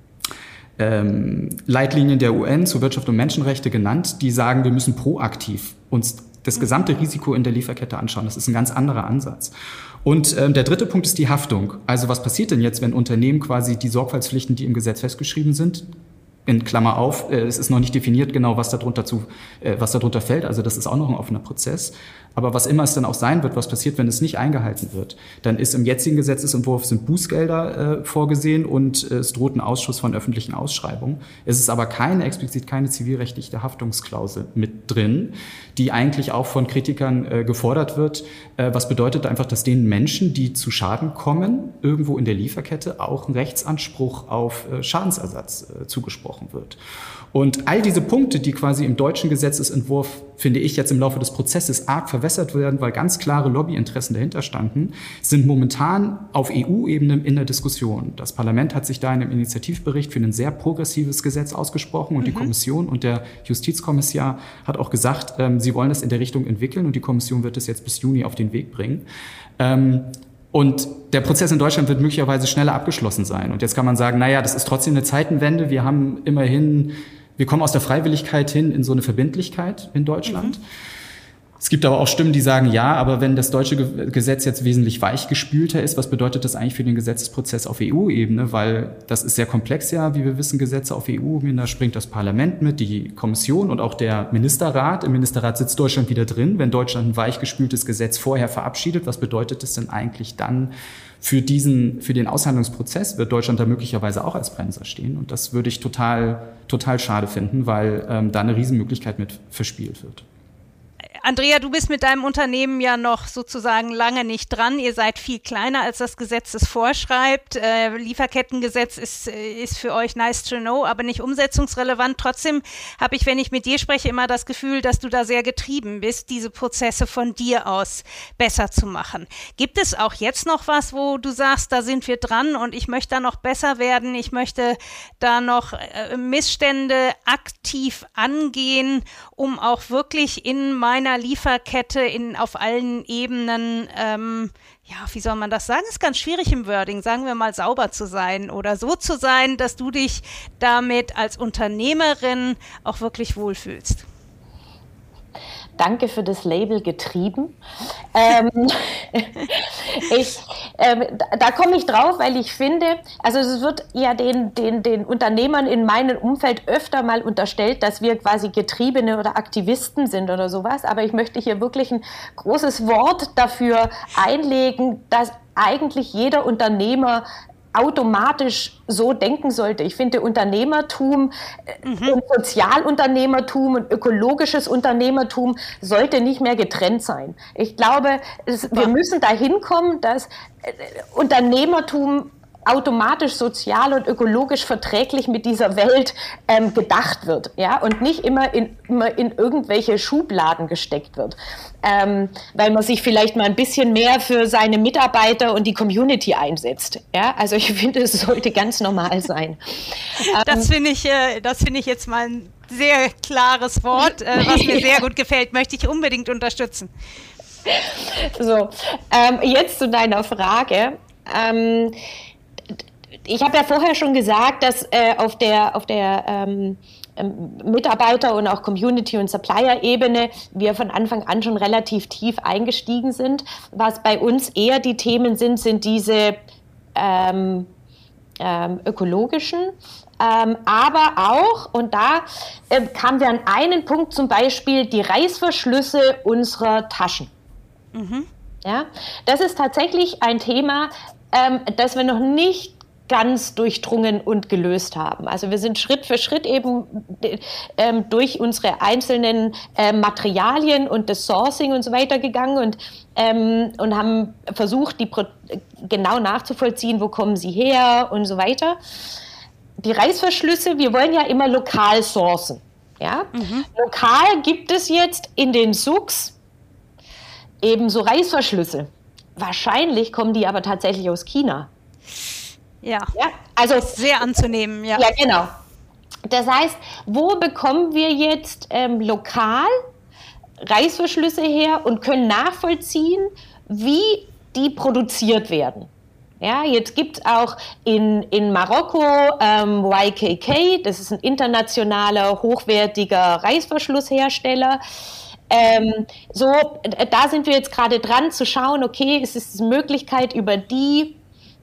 ähm, Leitlinien der U N zu Wirtschaft und Menschenrechte genannt, die sagen, wir müssen proaktiv uns das gesamte Risiko in der Lieferkette anschauen. Das ist ein ganz anderer Ansatz. Und ähm, der dritte Punkt ist die Haftung. Also was passiert denn jetzt, wenn Unternehmen quasi die Sorgfaltspflichten, die im Gesetz festgeschrieben sind, in Klammer auf, äh, es ist noch nicht definiert genau, was darunter zu, äh, was darunter fällt. Also das ist auch noch ein offener Prozess. Aber was immer es dann auch sein wird, was passiert, wenn es nicht eingehalten wird, dann ist im jetzigen Gesetzesentwurf sind Bußgelder äh, vorgesehen und äh, es droht ein Ausschuss von öffentlichen Ausschreibungen. Es ist aber keine explizit keine zivilrechtliche Haftungsklausel mit drin, die eigentlich auch von Kritikern äh, gefordert wird. Äh, was bedeutet einfach, dass den Menschen, die zu Schaden kommen, irgendwo in der Lieferkette auch ein Rechtsanspruch auf äh, Schadensersatz äh, zugesprochen wird. Und all diese Punkte, die quasi im deutschen Gesetzesentwurf, finde ich, jetzt im Laufe des Prozesses arg verwässert werden, weil ganz klare Lobbyinteressen dahinter standen, sind momentan auf E U-Ebene in der Diskussion. Das Parlament hat sich da in einem Initiativbericht für ein sehr progressives Gesetz ausgesprochen und mhm. die Kommission und der Justizkommissar hat auch gesagt, ähm, sie wollen das in der Richtung entwickeln und die Kommission wird es jetzt bis Juni auf den Weg bringen. Ähm, Und der Prozess in Deutschland wird möglicherweise schneller abgeschlossen sein. Und jetzt kann man sagen, naja, das ist trotzdem eine Zeitenwende. Wir haben immerhin, wir kommen aus der Freiwilligkeit hin in so eine Verbindlichkeit in Deutschland. Mhm. Es gibt aber auch Stimmen, die sagen, ja, aber wenn das deutsche Gesetz jetzt wesentlich weichgespülter ist, was bedeutet das eigentlich für den Gesetzesprozess auf E U-Ebene? Weil das ist sehr komplex, ja, wie wir wissen, Gesetze auf E U-Ebene. Da springt das Parlament mit, die Kommission und auch der Ministerrat. Im Ministerrat sitzt Deutschland wieder drin. Wenn Deutschland ein weichgespültes Gesetz vorher verabschiedet, was bedeutet das denn eigentlich dann für diesen, für den Aushandlungsprozess? Wird Deutschland da möglicherweise auch als Bremser stehen? Und das würde ich total, total schade finden, weil ähm, da eine Riesenmöglichkeit mit verspielt wird. Andrea, du bist mit deinem Unternehmen ja noch sozusagen lange nicht dran. Ihr seid viel kleiner, als das Gesetz es vorschreibt. Äh, Lieferkettengesetz ist, ist für euch nice to know, aber nicht umsetzungsrelevant. Trotzdem habe ich, wenn ich mit dir spreche, immer das Gefühl, dass du da sehr getrieben bist, diese Prozesse von dir aus besser zu machen. Gibt es auch jetzt noch was, wo du sagst, da sind wir dran und ich möchte da noch besser werden, ich möchte da noch äh, Missstände aktiv angehen, um auch wirklich in meiner Lieferkette in, auf allen Ebenen, ähm, ja, wie soll man das sagen? Ist ganz schwierig im Wording, sagen wir mal sauber zu sein oder so zu sein, dass du dich damit als Unternehmerin auch wirklich wohlfühlst. Danke für das Label getrieben. ähm, ich, ähm, da, da komme ich drauf, weil ich finde, also es wird ja den, den, den Unternehmern in meinem Umfeld öfter mal unterstellt, dass wir quasi Getriebene oder Aktivisten sind oder sowas. Aber ich möchte hier wirklich ein großes Wort dafür einlegen, dass eigentlich jeder Unternehmer automatisch so denken sollte. Ich finde Unternehmertum mhm. und Sozialunternehmertum und ökologisches Unternehmertum sollte nicht mehr getrennt sein. Ich glaube, es, wir müssen dahin kommen, dass Unternehmertum automatisch sozial und ökologisch verträglich mit dieser Welt ähm, gedacht wird, ja, und nicht immer in, immer in irgendwelche Schubladen gesteckt wird, ähm, weil man sich vielleicht mal ein bisschen mehr für seine Mitarbeiter und die Community einsetzt, ja, also ich finde, es sollte ganz normal sein. Das finde ich, äh, das finde ich jetzt mal ein sehr klares Wort, äh, was mir sehr gut gefällt, möchte ich unbedingt unterstützen. So, ähm, jetzt zu deiner Frage. Ähm, Ich habe ja vorher schon gesagt, dass äh, auf der, auf der ähm, Mitarbeiter- und auch Community- und Supplier-Ebene wir von Anfang an schon relativ tief eingestiegen sind. Was bei uns eher die Themen sind, sind diese ähm, ähm, ökologischen, ähm, aber auch, und da äh, kamen wir an einen Punkt, zum Beispiel die Reißverschlüsse unserer Taschen. Mhm. Ja, das ist tatsächlich ein Thema, ähm, das wir noch nicht ganz durchdrungen und gelöst haben. Also wir sind Schritt für Schritt eben ähm, durch unsere einzelnen äh, Materialien und das Sourcing und so weiter gegangen und, ähm, und haben versucht, die Pro- genau nachzuvollziehen, wo kommen sie her und so weiter. Die Reißverschlüsse, wir wollen ja immer lokal sourcen. Ja? Mhm. Lokal gibt es jetzt in den Suks ebenso Reißverschlüsse. Wahrscheinlich kommen die aber tatsächlich aus China. Ja, ja, also ist sehr anzunehmen. Ja, ja, genau. Das heißt, wo bekommen wir jetzt ähm, lokal Reißverschlüsse her und können nachvollziehen, wie die produziert werden? Ja, jetzt gibt es auch in, in Marokko ähm, Y K K, das ist ein internationaler, hochwertiger Reißverschlusshersteller. Ähm, so, da sind wir jetzt gerade dran zu schauen, okay, es ist eine Möglichkeit, über die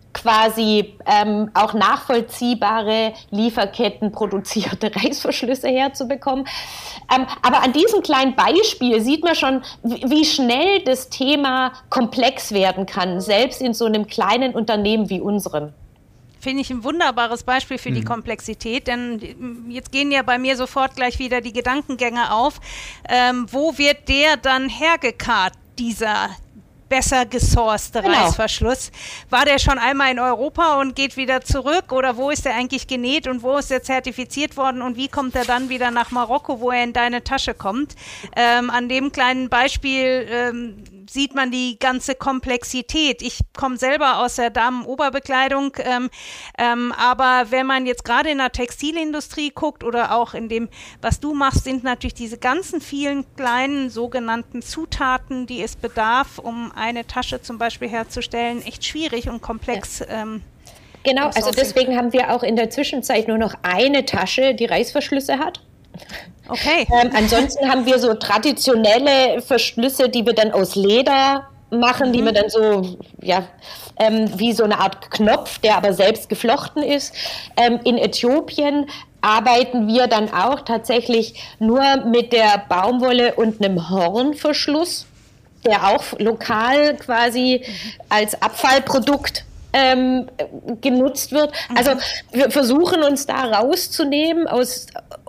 quasi ähm, auch nachvollziehbare Lieferketten produzierte Reißverschlüsse herzubekommen. Ähm, aber an diesem kleinen Beispiel sieht man schon, wie schnell das Thema komplex werden kann, selbst in so einem kleinen Unternehmen wie unserem. Finde ich ein wunderbares Beispiel für mhm. die Komplexität, denn jetzt gehen ja bei mir sofort gleich wieder die Gedankengänge auf. Ähm, wo wird der dann hergekarrt, dieser besser gesourcete genau. Reißverschluss? War der schon einmal in Europa und geht wieder zurück oder wo ist der eigentlich genäht und wo ist der zertifiziert worden und wie kommt er dann wieder nach Marokko, wo er in deine Tasche kommt? Ähm, an dem kleinen Beispiel ähm, sieht man die ganze Komplexität. Ich komme selber aus der Damenoberbekleidung, ähm, ähm, aber wenn man jetzt gerade in der Textilindustrie guckt oder auch in dem, was du machst, sind natürlich diese ganzen vielen kleinen sogenannten Zutaten, die es bedarf, um eine Tasche zum Beispiel herzustellen, echt schwierig und komplex. Ja. Ähm, genau, also deswegen haben wir auch in der Zwischenzeit nur noch eine Tasche, die Reißverschlüsse hat. Okay. Ähm, ansonsten haben wir so traditionelle Verschlüsse, die wir dann aus Leder machen, mhm. die wir dann so, ja, ähm, wie so eine Art Knopf, der aber selbst geflochten ist. Ähm, in Äthiopien arbeiten wir dann auch tatsächlich nur mit der Baumwolle und einem Hornverschluss, der auch lokal quasi mhm. als Abfallprodukt ähm, genutzt wird. Mhm. Also wir versuchen uns da rauszunehmen aus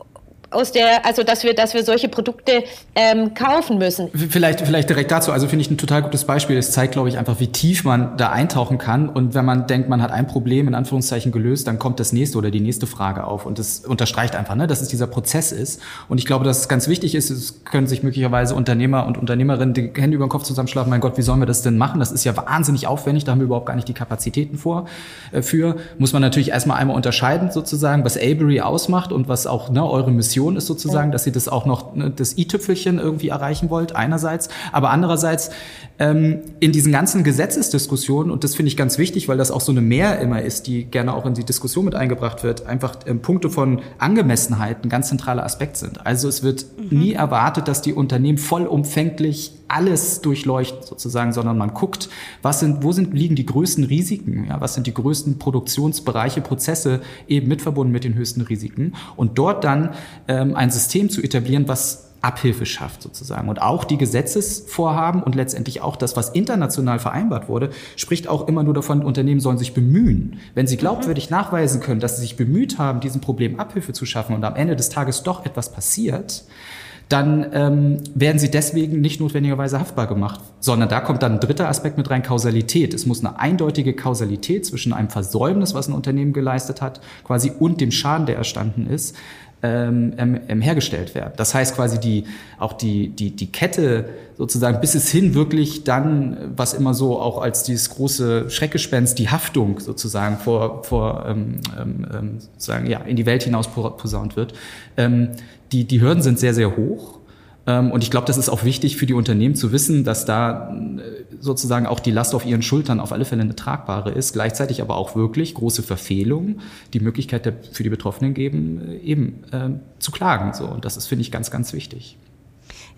aus der, also dass wir, dass wir solche Produkte ähm, kaufen müssen. Vielleicht, vielleicht direkt dazu. Also finde ich ein total gutes Beispiel. Es zeigt, glaube ich, einfach, wie tief man da eintauchen kann. Und wenn man denkt, man hat ein Problem in Anführungszeichen gelöst, dann kommt das nächste oder die nächste Frage auf. Und das unterstreicht einfach, ne, dass es dieser Prozess ist. Und ich glaube, dass es ganz wichtig ist. Es können sich möglicherweise Unternehmer und Unternehmerinnen die Hände über den Kopf zusammenschlagen. Mein Gott, wie sollen wir das denn machen? Das ist ja wahnsinnig aufwendig. Da haben wir überhaupt gar nicht die Kapazitäten vor. Äh, für muss man natürlich erstmal einmal unterscheiden, sozusagen, was Avery ausmacht und was auch, ne, eure Mission ist sozusagen, dass ihr das auch noch, ne, das i-Tüpfelchen irgendwie erreichen wollt, einerseits, aber andererseits ähm, in diesen ganzen Gesetzesdiskussionen, und das finde ich ganz wichtig, weil das auch so eine Mehr immer ist, die gerne auch in die Diskussion mit eingebracht wird, einfach ähm, Punkte von Angemessenheit ein ganz zentraler Aspekt sind. Also es wird mhm. nie erwartet, dass die Unternehmen vollumfänglich alles durchleuchten sozusagen, sondern man guckt, was sind, wo sind, liegen die größten Risiken, ja, was sind die größten Produktionsbereiche, Prozesse eben mit verbunden mit den höchsten Risiken und dort dann ähm, ein System zu etablieren, was Abhilfe schafft sozusagen. Und auch die Gesetzesvorhaben und letztendlich auch das, was international vereinbart wurde, spricht auch immer nur davon, Unternehmen sollen sich bemühen. Wenn sie glaubwürdig mhm. nachweisen können, dass sie sich bemüht haben, diesem Problem Abhilfe zu schaffen und am Ende des Tages doch etwas passiert, dann ähm, werden sie deswegen nicht notwendigerweise haftbar gemacht. Sondern da kommt dann ein dritter Aspekt mit rein, Kausalität. Es muss eine eindeutige Kausalität zwischen einem Versäumnis, was ein Unternehmen geleistet hat, quasi und dem Schaden, der erstanden ist, Ähm, ähm, hergestellt werden. Das heißt quasi die auch die die die Kette sozusagen bis es hin wirklich dann, was immer so auch als dieses große Schreckgespenst, die Haftung sozusagen vor vor ähm, ähm, sozusagen ja in die Welt hinaus posaunt wird. Ähm, die die Hürden sind sehr sehr hoch. Und ich glaube, das ist auch wichtig für die Unternehmen zu wissen, dass da sozusagen auch die Last auf ihren Schultern auf alle Fälle eine tragbare ist, gleichzeitig aber auch wirklich große Verfehlungen die Möglichkeit der, für die Betroffenen geben, eben äh, zu klagen. So. Und das ist, finde ich, ganz, ganz wichtig.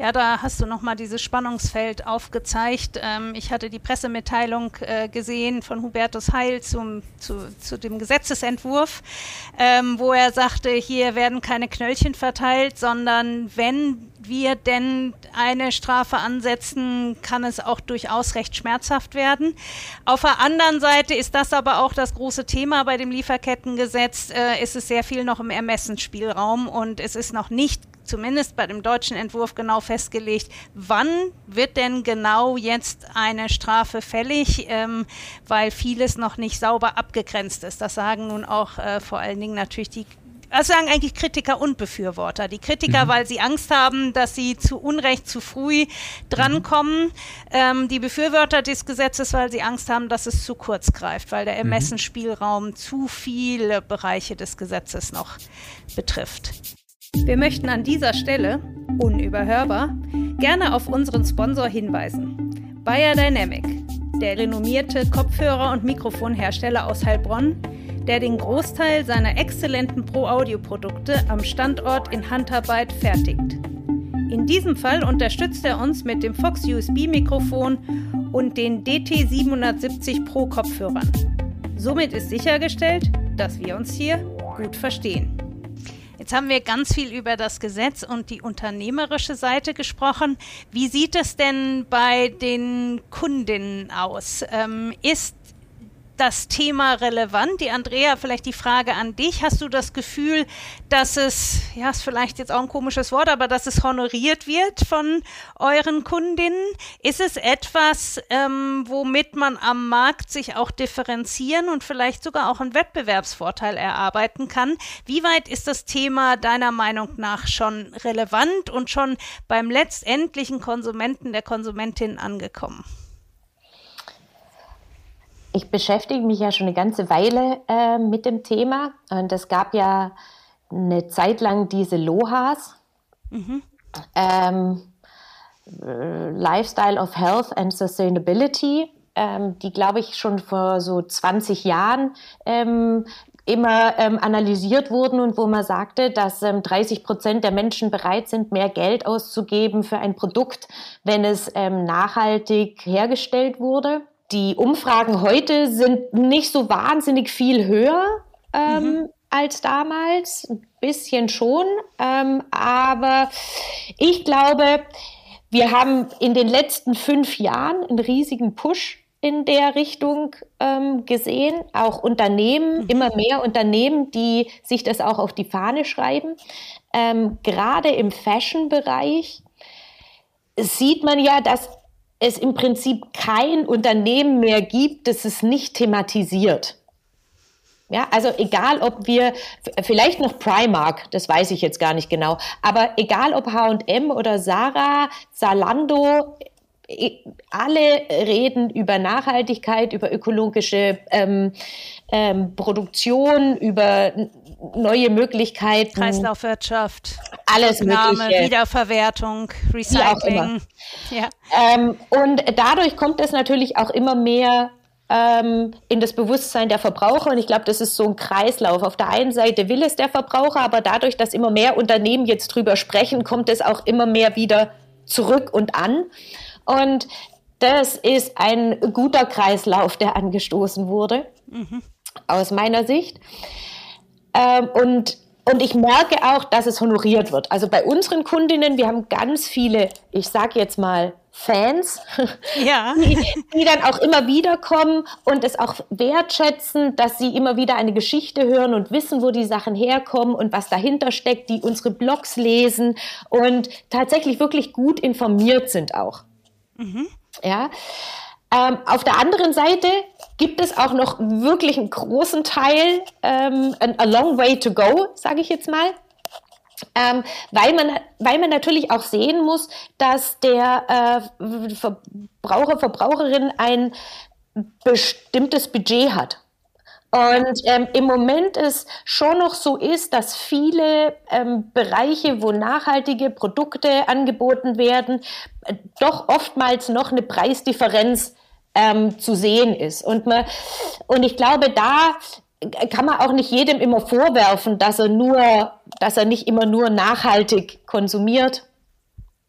Ja, da hast du nochmal dieses Spannungsfeld aufgezeigt. Ähm, ich hatte die Pressemitteilung äh, gesehen von Hubertus Heil zum, zu, zu dem Gesetzesentwurf, ähm, wo er sagte, hier werden keine Knöllchen verteilt, sondern wenn wir denn eine Strafe ansetzen, kann es auch durchaus recht schmerzhaft werden. Auf der anderen Seite ist das aber auch das große Thema bei dem Lieferkettengesetz. Äh, ist es sehr viel noch im Ermessensspielraum und es ist noch nicht, zumindest bei dem deutschen Entwurf, genau festgelegt, wann wird denn genau jetzt eine Strafe fällig, ähm, weil vieles noch nicht sauber abgegrenzt ist. Das sagen nun auch äh, vor allen Dingen natürlich die Also sagen eigentlich Kritiker und Befürworter. Die Kritiker, mhm. weil sie Angst haben, dass sie zu Unrecht zu früh drankommen. Mhm. Ähm, die Befürworter des Gesetzes, weil sie Angst haben, dass es zu kurz greift, weil der Ermessensspielraum mhm. zu viele Bereiche des Gesetzes noch betrifft. Wir möchten an dieser Stelle, unüberhörbar, gerne auf unseren Sponsor hinweisen. Bayer Dynamic, der renommierte Kopfhörer- und Mikrofonhersteller aus Heilbronn, der den Großteil seiner exzellenten Pro-Audio-Produkte am Standort in Handarbeit fertigt. In diesem Fall unterstützt er uns mit dem Fox U S B-Mikrofon und den D T siebenhundertsiebzig Pro Kopfhörern. Somit ist sichergestellt, dass wir uns hier gut verstehen. Jetzt haben wir ganz viel über das Gesetz und die unternehmerische Seite gesprochen. Wie sieht es denn bei den Kundinnen aus? Ähm, ist das Thema relevant? Die Andrea, vielleicht die Frage an dich. Hast du das Gefühl, dass es, ja, ist vielleicht jetzt auch ein komisches Wort, aber dass es honoriert wird von euren Kundinnen? Ist es etwas, ähm, womit man am Markt sich auch differenzieren und vielleicht sogar auch einen Wettbewerbsvorteil erarbeiten kann? Wie weit ist das Thema deiner Meinung nach schon relevant und schon beim letztendlichen Konsumenten, der Konsumentin angekommen? Ich beschäftige mich ja schon eine ganze Weile äh, mit dem Thema und es gab ja eine Zeit lang diese L O H As, mhm. ähm, Lifestyle of Health and Sustainability, ähm, die, glaube ich, schon vor so zwanzig Jahren ähm, immer ähm, analysiert wurden und wo man sagte, dass ähm, dreißig Prozent der Menschen bereit sind, mehr Geld auszugeben für ein Produkt, wenn es ähm, nachhaltig hergestellt wurde. Die Umfragen heute sind nicht so wahnsinnig viel höher ähm, mhm. als damals, ein bisschen schon, ähm, aber ich glaube, wir haben in den letzten fünf Jahren einen riesigen Push in der Richtung ähm, gesehen, auch Unternehmen, mhm. immer mehr Unternehmen, die sich das auch auf die Fahne schreiben. Ähm, gerade im Fashion-Bereich sieht man ja, dass es im Prinzip kein Unternehmen mehr gibt, das es nicht thematisiert. Ja, also egal, ob wir, vielleicht noch Primark, das weiß ich jetzt gar nicht genau, aber egal ob H und M oder Zara, Zalando, alle reden über Nachhaltigkeit, über ökologische ähm, ähm, Produktion, über neue Möglichkeiten. Kreislaufwirtschaft, alles Abnahme, Mögliche. Wiederverwertung, Recycling. Ja. Ähm, und dadurch kommt es natürlich auch immer mehr ähm, in das Bewusstsein der Verbraucher. Und ich glaube, das ist so ein Kreislauf. Auf der einen Seite will es der Verbraucher, aber dadurch, dass immer mehr Unternehmen jetzt drüber sprechen, kommt es auch immer mehr wieder zurück und an. Und das ist ein guter Kreislauf, der angestoßen wurde, mhm. aus meiner Sicht. Ähm, und, und ich merke auch, dass es honoriert wird. Also bei unseren Kundinnen, wir haben ganz viele, ich sage jetzt mal Fans, ja. die, die dann auch immer wieder kommen und es auch wertschätzen, dass sie immer wieder eine Geschichte hören und wissen, wo die Sachen herkommen und was dahinter steckt, die unsere Blogs lesen und tatsächlich wirklich gut informiert sind auch. Mhm. Ja. Ähm, auf der anderen Seite gibt es auch noch wirklich einen großen Teil, ähm, a long way to go, sage ich jetzt mal, ähm, weil man, weil man natürlich auch sehen muss, dass der äh, Verbraucher, Verbraucherin ein bestimmtes Budget hat. Und ähm, im Moment es schon noch so ist, dass viele ähm, Bereiche, wo nachhaltige Produkte angeboten werden, äh, doch oftmals noch eine Preisdifferenz ähm, zu sehen ist. Und, man, und ich glaube, da kann man auch nicht jedem immer vorwerfen, dass er nur, dass er nicht immer nur nachhaltig konsumiert.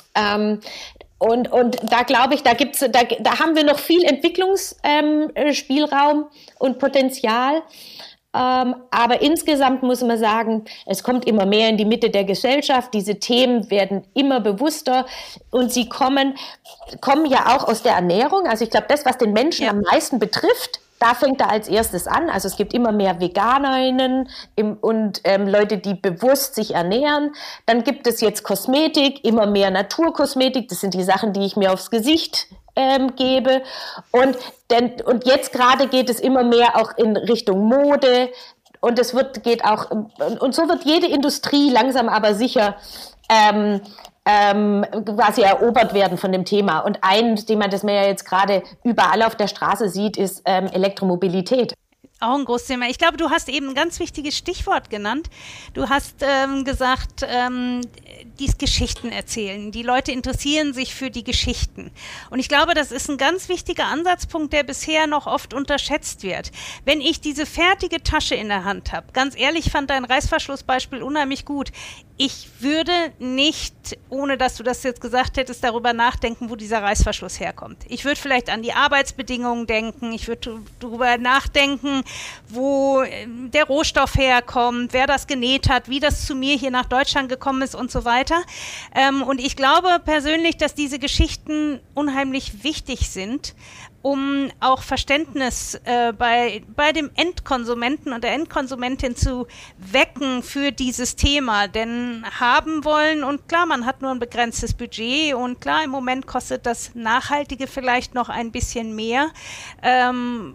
Ähm, und, und da glaube ich, da gibt's, da, da haben wir noch viel Entwicklungsspielraum ähm, und Potenzial. Ähm, aber insgesamt muss man sagen, es kommt immer mehr in die Mitte der Gesellschaft. Diese Themen werden immer bewusster und sie kommen, kommen ja auch aus der Ernährung. Also ich glaube, das, was den Menschen ja. am meisten betrifft, da fängt er als erstes an. Also es gibt immer mehr VeganerInnen im, und ähm, Leute, die bewusst sich ernähren. Dann gibt es jetzt Kosmetik, immer mehr Naturkosmetik. Das sind die Sachen, die ich mir aufs Gesicht ähm, gebe. Und, denn, und jetzt gerade geht es immer mehr auch in Richtung Mode. Und es wird, geht auch, und so wird jede Industrie langsam aber sicher ähm, Ähm, quasi erobert werden von dem Thema. Und ein Thema, das man ja jetzt gerade überall auf der Straße sieht, ist ähm, Elektromobilität. Auch ein großes Thema. Ich glaube, du hast eben ein ganz wichtiges Stichwort genannt. Du hast ähm, gesagt, ähm, dies Geschichten erzählen. Die Leute interessieren sich für die Geschichten. Und ich glaube, das ist ein ganz wichtiger Ansatzpunkt, der bisher noch oft unterschätzt wird. Wenn ich diese fertige Tasche in der Hand habe, ganz ehrlich, fand dein Reißverschlussbeispiel unheimlich gut. Ich würde nicht, ohne dass du das jetzt gesagt hättest, darüber nachdenken, wo dieser Reißverschluss herkommt. Ich würde vielleicht an die Arbeitsbedingungen denken. Ich würde darüber nachdenken, wo der Rohstoff herkommt, wer das genäht hat, wie das zu mir hier nach Deutschland gekommen ist und so weiter. Ähm, und ich glaube persönlich, dass diese Geschichten unheimlich wichtig sind, um auch Verständnis äh, bei, bei dem Endkonsumenten und der Endkonsumentin zu wecken für dieses Thema. Denn haben wollen, und klar, man hat nur ein begrenztes Budget und klar, im Moment kostet das Nachhaltige vielleicht noch ein bisschen mehr. Ähm,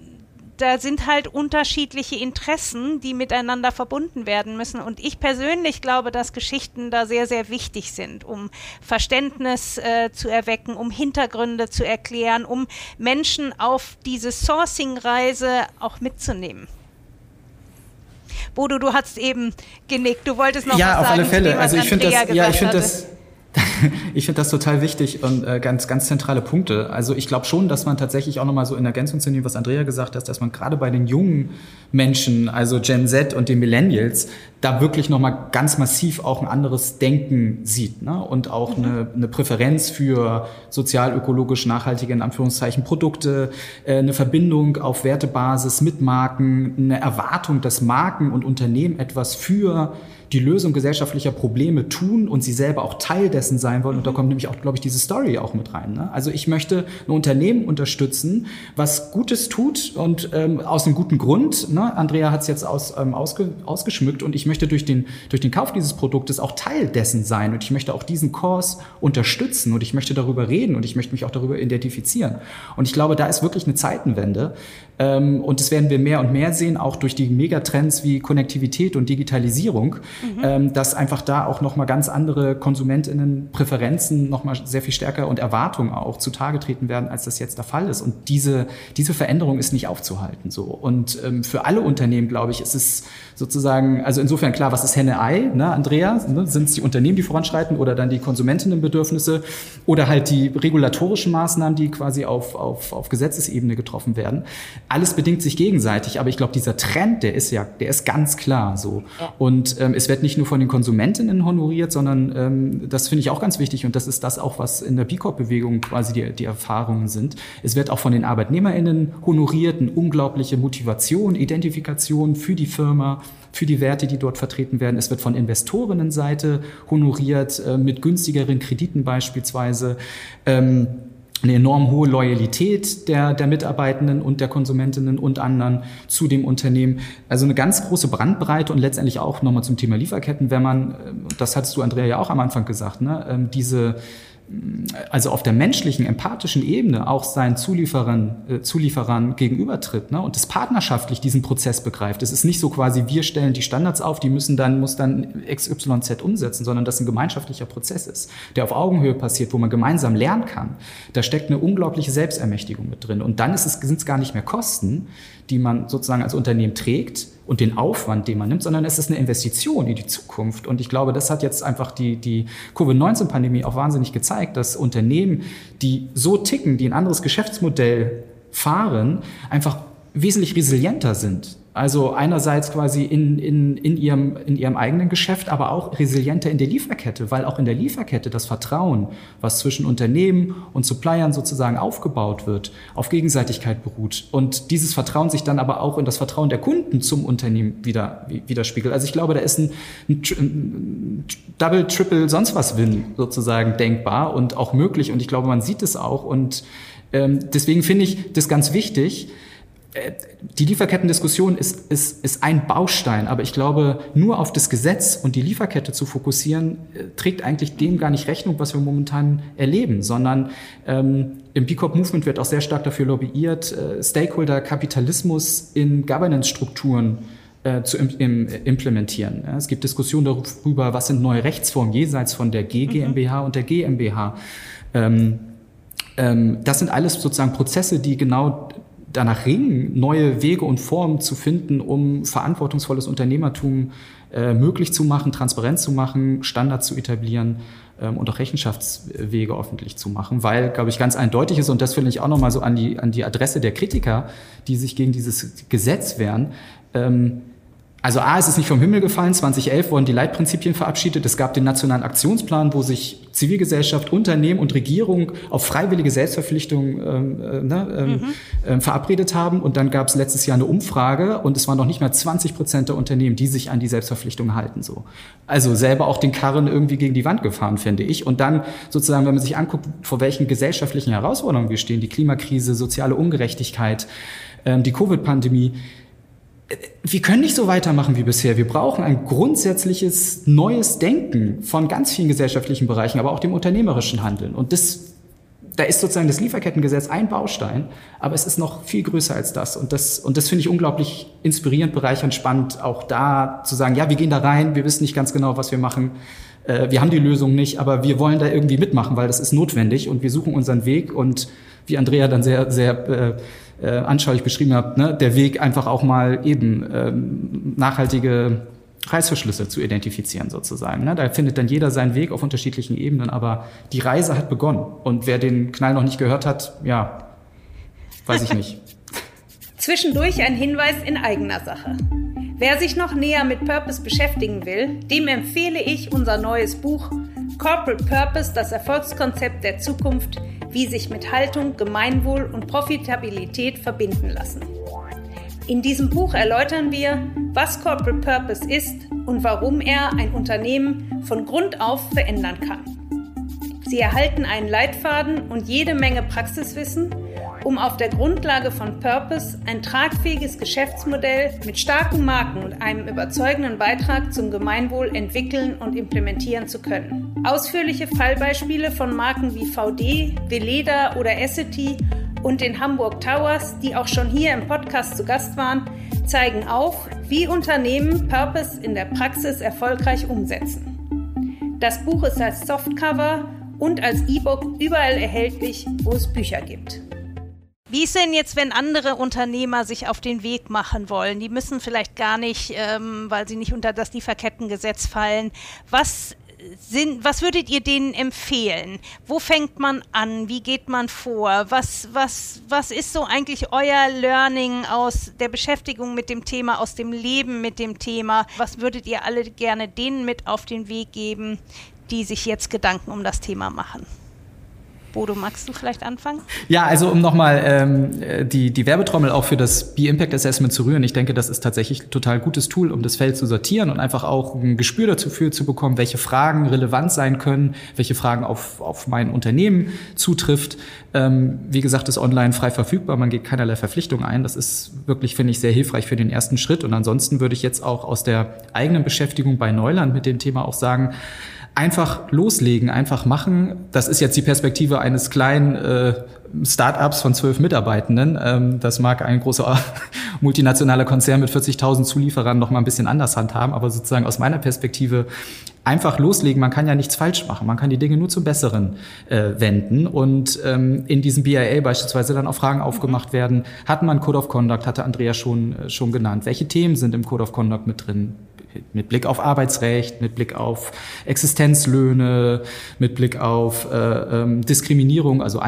Da sind halt unterschiedliche Interessen, die miteinander verbunden werden müssen. Und ich persönlich glaube, dass Geschichten da sehr, sehr wichtig sind, um Verständnis äh, zu erwecken, um Hintergründe zu erklären, um Menschen auf diese Sourcing-Reise auch mitzunehmen. Bodo, du hast eben genickt. Du wolltest noch ja, was sagen. Ja, auf alle Fälle. Dem, also ich finde das, ja, ich finde das, Ich finde das total wichtig und äh, ganz, ganz zentrale Punkte. Also ich glaube schon, dass man tatsächlich auch nochmal so in Ergänzung zu dem, was Andrea gesagt hat, dass man gerade bei den jungen Menschen, also Gen Z und den Millennials, da wirklich nochmal ganz massiv auch ein anderes Denken sieht, ne? Und auch mhm. eine, eine Präferenz für sozial-ökologisch nachhaltige, in Anführungszeichen, Produkte, äh, eine Verbindung auf Wertebasis mit Marken, eine Erwartung, dass Marken und Unternehmen etwas für die Lösung gesellschaftlicher Probleme tun und sie selber auch Teil dessen sein wollen. Und da kommt nämlich auch, glaube ich, diese Story auch mit rein. Ne? Also ich möchte ein Unternehmen unterstützen, was Gutes tut und ähm, aus einem guten Grund. Ne? Andrea hat es jetzt aus, ähm, ausge, ausgeschmückt und ich möchte durch den, durch den Kauf dieses Produktes auch Teil dessen sein. Und ich möchte auch diesen Kurs unterstützen und ich möchte darüber reden und ich möchte mich auch darüber identifizieren. Und ich glaube, da ist wirklich eine Zeitenwende. Ähm, und das werden wir mehr und mehr sehen, auch durch die Megatrends wie Konnektivität und Digitalisierung. Mhm. Ähm, dass einfach da auch nochmal ganz andere KonsumentInnen-Präferenzen nochmal sehr viel stärker und Erwartungen auch zutage treten werden, als das jetzt der Fall ist. Und diese, diese Veränderung ist nicht aufzuhalten. So. Und ähm, für alle Unternehmen, glaube ich, ist es sozusagen, also insofern klar, was ist Henne-Ei, ne, Andrea? Ne? Sind es die Unternehmen, die voranschreiten oder dann die KonsumentInnenbedürfnisse oder halt die regulatorischen Maßnahmen, die quasi auf, auf, auf Gesetzesebene getroffen werden? Alles bedingt sich gegenseitig, aber ich glaube, dieser Trend, der ist ja, der ist ganz klar so. Ja. Und ähm, es wird nicht nur von den KonsumentInnen honoriert, sondern ähm, das finde ich auch ganz wichtig und das ist das auch, was in der B Corp Bewegung quasi die, die Erfahrungen sind. Es wird auch von den ArbeitnehmerInnen honoriert, eine unglaubliche Motivation, Identifikation für die Firma, für die Werte, die dort vertreten werden. Es wird von Investorinnenseite honoriert, äh, mit günstigeren Krediten beispielsweise. Ähm, eine enorm hohe Loyalität der, der Mitarbeitenden und der Konsumentinnen und anderen zu dem Unternehmen. Also eine ganz große Bandbreite und letztendlich auch nochmal zum Thema Lieferketten, wenn man, das hattest du, Andrea, ja auch am Anfang gesagt, ne, diese, also auf der menschlichen, empathischen Ebene auch seinen Zulieferern, äh, Zulieferern gegenübertritt, ne, und das partnerschaftlich diesen Prozess begreift. Es ist nicht so quasi, wir stellen die Standards auf, die müssen dann, muss dann X Y Z umsetzen, sondern dass ein gemeinschaftlicher Prozess ist, der auf Augenhöhe passiert, wo man gemeinsam lernen kann. Da steckt eine unglaubliche Selbstermächtigung mit drin. Und dann ist es, sind es gar nicht mehr Kosten, die man sozusagen als Unternehmen trägt und den Aufwand, den man nimmt, sondern es ist eine Investition in die Zukunft. Und ich glaube, das hat jetzt einfach die, die Covid neunzehn Pandemie auch wahnsinnig gezeigt, dass Unternehmen, die so ticken, die ein anderes Geschäftsmodell fahren, einfach wesentlich resilienter sind. Also einerseits quasi in, in, in, ihrem, in ihrem eigenen Geschäft, aber auch resilienter in der Lieferkette, weil auch in der Lieferkette das Vertrauen, was zwischen Unternehmen und Suppliern sozusagen aufgebaut wird, auf Gegenseitigkeit beruht. Und dieses Vertrauen sich dann aber auch in das Vertrauen der Kunden zum Unternehmen wieder, widerspiegelt. Also ich glaube, da ist ein, ein, ein Double, Triple, sonst was Win sozusagen denkbar und auch möglich. Und ich glaube, man sieht es auch. Und ähm, deswegen finde ich das ganz wichtig. Die Lieferkettendiskussion ist, ist, ist ein Baustein, aber ich glaube, nur auf das Gesetz und die Lieferkette zu fokussieren, trägt eigentlich dem gar nicht Rechnung, was wir momentan erleben, sondern ähm, im B Corp Movement wird auch sehr stark dafür lobbyiert, äh, Stakeholder-Kapitalismus in Governance-Strukturen äh, zu im, im, implementieren. Ja, es gibt Diskussionen darüber, was sind neue Rechtsformen jenseits von der G GmbH mhm. und der GmbH. Ähm, ähm, das sind alles sozusagen Prozesse, die genau danach ringen, neue Wege und Formen zu finden, um verantwortungsvolles Unternehmertum äh, möglich zu machen, transparent zu machen, Standards zu etablieren ähm, und auch Rechenschaftswege öffentlich zu machen, weil, glaube ich, ganz eindeutig ist, und das finde ich auch nochmal so an die, an die Adresse der Kritiker, die sich gegen dieses Gesetz wehren, ähm, also A, es ist nicht vom Himmel gefallen, zwanzig elf wurden die Leitprinzipien verabschiedet, es gab den nationalen Aktionsplan, wo sich Zivilgesellschaft, Unternehmen und Regierung auf freiwillige Selbstverpflichtungen ähm, äh, ne, ähm, mhm. äh, verabredet haben, und dann gab es letztes Jahr eine Umfrage und es waren noch nicht mal zwanzig Prozent der Unternehmen, die sich an die Selbstverpflichtungen halten. So. Also selber auch den Karren irgendwie gegen die Wand gefahren, finde ich. Und dann sozusagen, wenn man sich anguckt, vor welchen gesellschaftlichen Herausforderungen wir stehen, die Klimakrise, soziale Ungerechtigkeit, ähm, die Covid-Pandemie, wir können nicht so weitermachen wie bisher. Wir brauchen ein grundsätzliches neues Denken von ganz vielen gesellschaftlichen Bereichen, aber auch dem unternehmerischen Handeln. Und das, da ist sozusagen das Lieferkettengesetz ein Baustein, aber es ist noch viel größer als das. Und das, und das finde ich unglaublich inspirierend, bereichernd, spannend, auch da zu sagen, ja, wir gehen da rein, wir wissen nicht ganz genau, was wir machen. Wir haben die Lösung nicht, aber wir wollen da irgendwie mitmachen, weil das ist notwendig, und wir suchen unseren Weg. Und wie Andrea dann sehr, sehr äh, äh, anschaulich beschrieben hat, ne, der Weg einfach auch mal eben ähm, nachhaltige Reißverschlüsse zu identifizieren sozusagen. Ne? Da findet dann jeder seinen Weg auf unterschiedlichen Ebenen, aber die Reise hat begonnen. Und wer den Knall noch nicht gehört hat, ja, weiß ich nicht. Zwischendurch ein Hinweis in eigener Sache. Wer sich noch näher mit Purpose beschäftigen will, dem empfehle ich unser neues Buch Corporate Purpose, das Erfolgskonzept der Zukunft, wie sich mit Haltung, Gemeinwohl und Profitabilität verbinden lassen. In diesem Buch erläutern wir, was Corporate Purpose ist und warum er ein Unternehmen von Grund auf verändern kann. Sie erhalten einen Leitfaden und jede Menge Praxiswissen, um auf der Grundlage von Purpose ein tragfähiges Geschäftsmodell mit starken Marken und einem überzeugenden Beitrag zum Gemeinwohl entwickeln und implementieren zu können. Ausführliche Fallbeispiele von Marken wie V D, Veleda oder Essity und den Hamburg Towers, die auch schon hier im Podcast zu Gast waren, zeigen auf, wie Unternehmen Purpose in der Praxis erfolgreich umsetzen. Das Buch ist als Softcover und als E-Book überall erhältlich, wo es Bücher gibt. Wie ist denn jetzt, wenn andere Unternehmer sich auf den Weg machen wollen? Die müssen vielleicht gar nicht, ähm, weil sie nicht unter das Lieferkettengesetz fallen. Was sind, was würdet ihr denen empfehlen? Wo fängt man an? Wie geht man vor? Was, was, was ist so eigentlich euer Learning aus der Beschäftigung mit dem Thema, aus dem Leben mit dem Thema? Was würdet ihr alle gerne denen mit auf den Weg geben, die sich jetzt Gedanken um das Thema machen? Bodo, magst du vielleicht anfangen? Ja, also um nochmal ähm, die, die Werbetrommel auch für das B-Impact Assessment zu rühren. Ich denke, das ist tatsächlich ein total gutes Tool, um das Feld zu sortieren und einfach auch ein Gespür dafür zu bekommen, welche Fragen relevant sein können, welche Fragen auf, auf mein Unternehmen zutrifft. Ähm, wie gesagt, ist online frei verfügbar, man geht keinerlei Verpflichtung ein. Das ist wirklich, finde ich, sehr hilfreich für den ersten Schritt. Und ansonsten würde ich jetzt auch aus der eigenen Beschäftigung bei Neuland mit dem Thema auch sagen, einfach loslegen, einfach machen. Das ist jetzt die Perspektive eines kleinen äh, Start-ups von zwölf Mitarbeitenden. Ähm, das mag ein großer multinationaler Konzern mit vierzigtausend Zulieferern noch mal ein bisschen anders handhaben, aber sozusagen aus meiner Perspektive einfach loslegen. Man kann ja nichts falsch machen. Man kann die Dinge nur zum Besseren äh, wenden. Und ähm, in diesem B I A beispielsweise dann auch Fragen aufgemacht werden. Hat man Code of Conduct, hatte Andrea schon, äh, schon genannt. Welche Themen sind im Code of Conduct mit drin? mit Blick auf Arbeitsrecht, mit Blick auf Existenzlöhne, mit Blick auf äh, ähm, Diskriminierung, also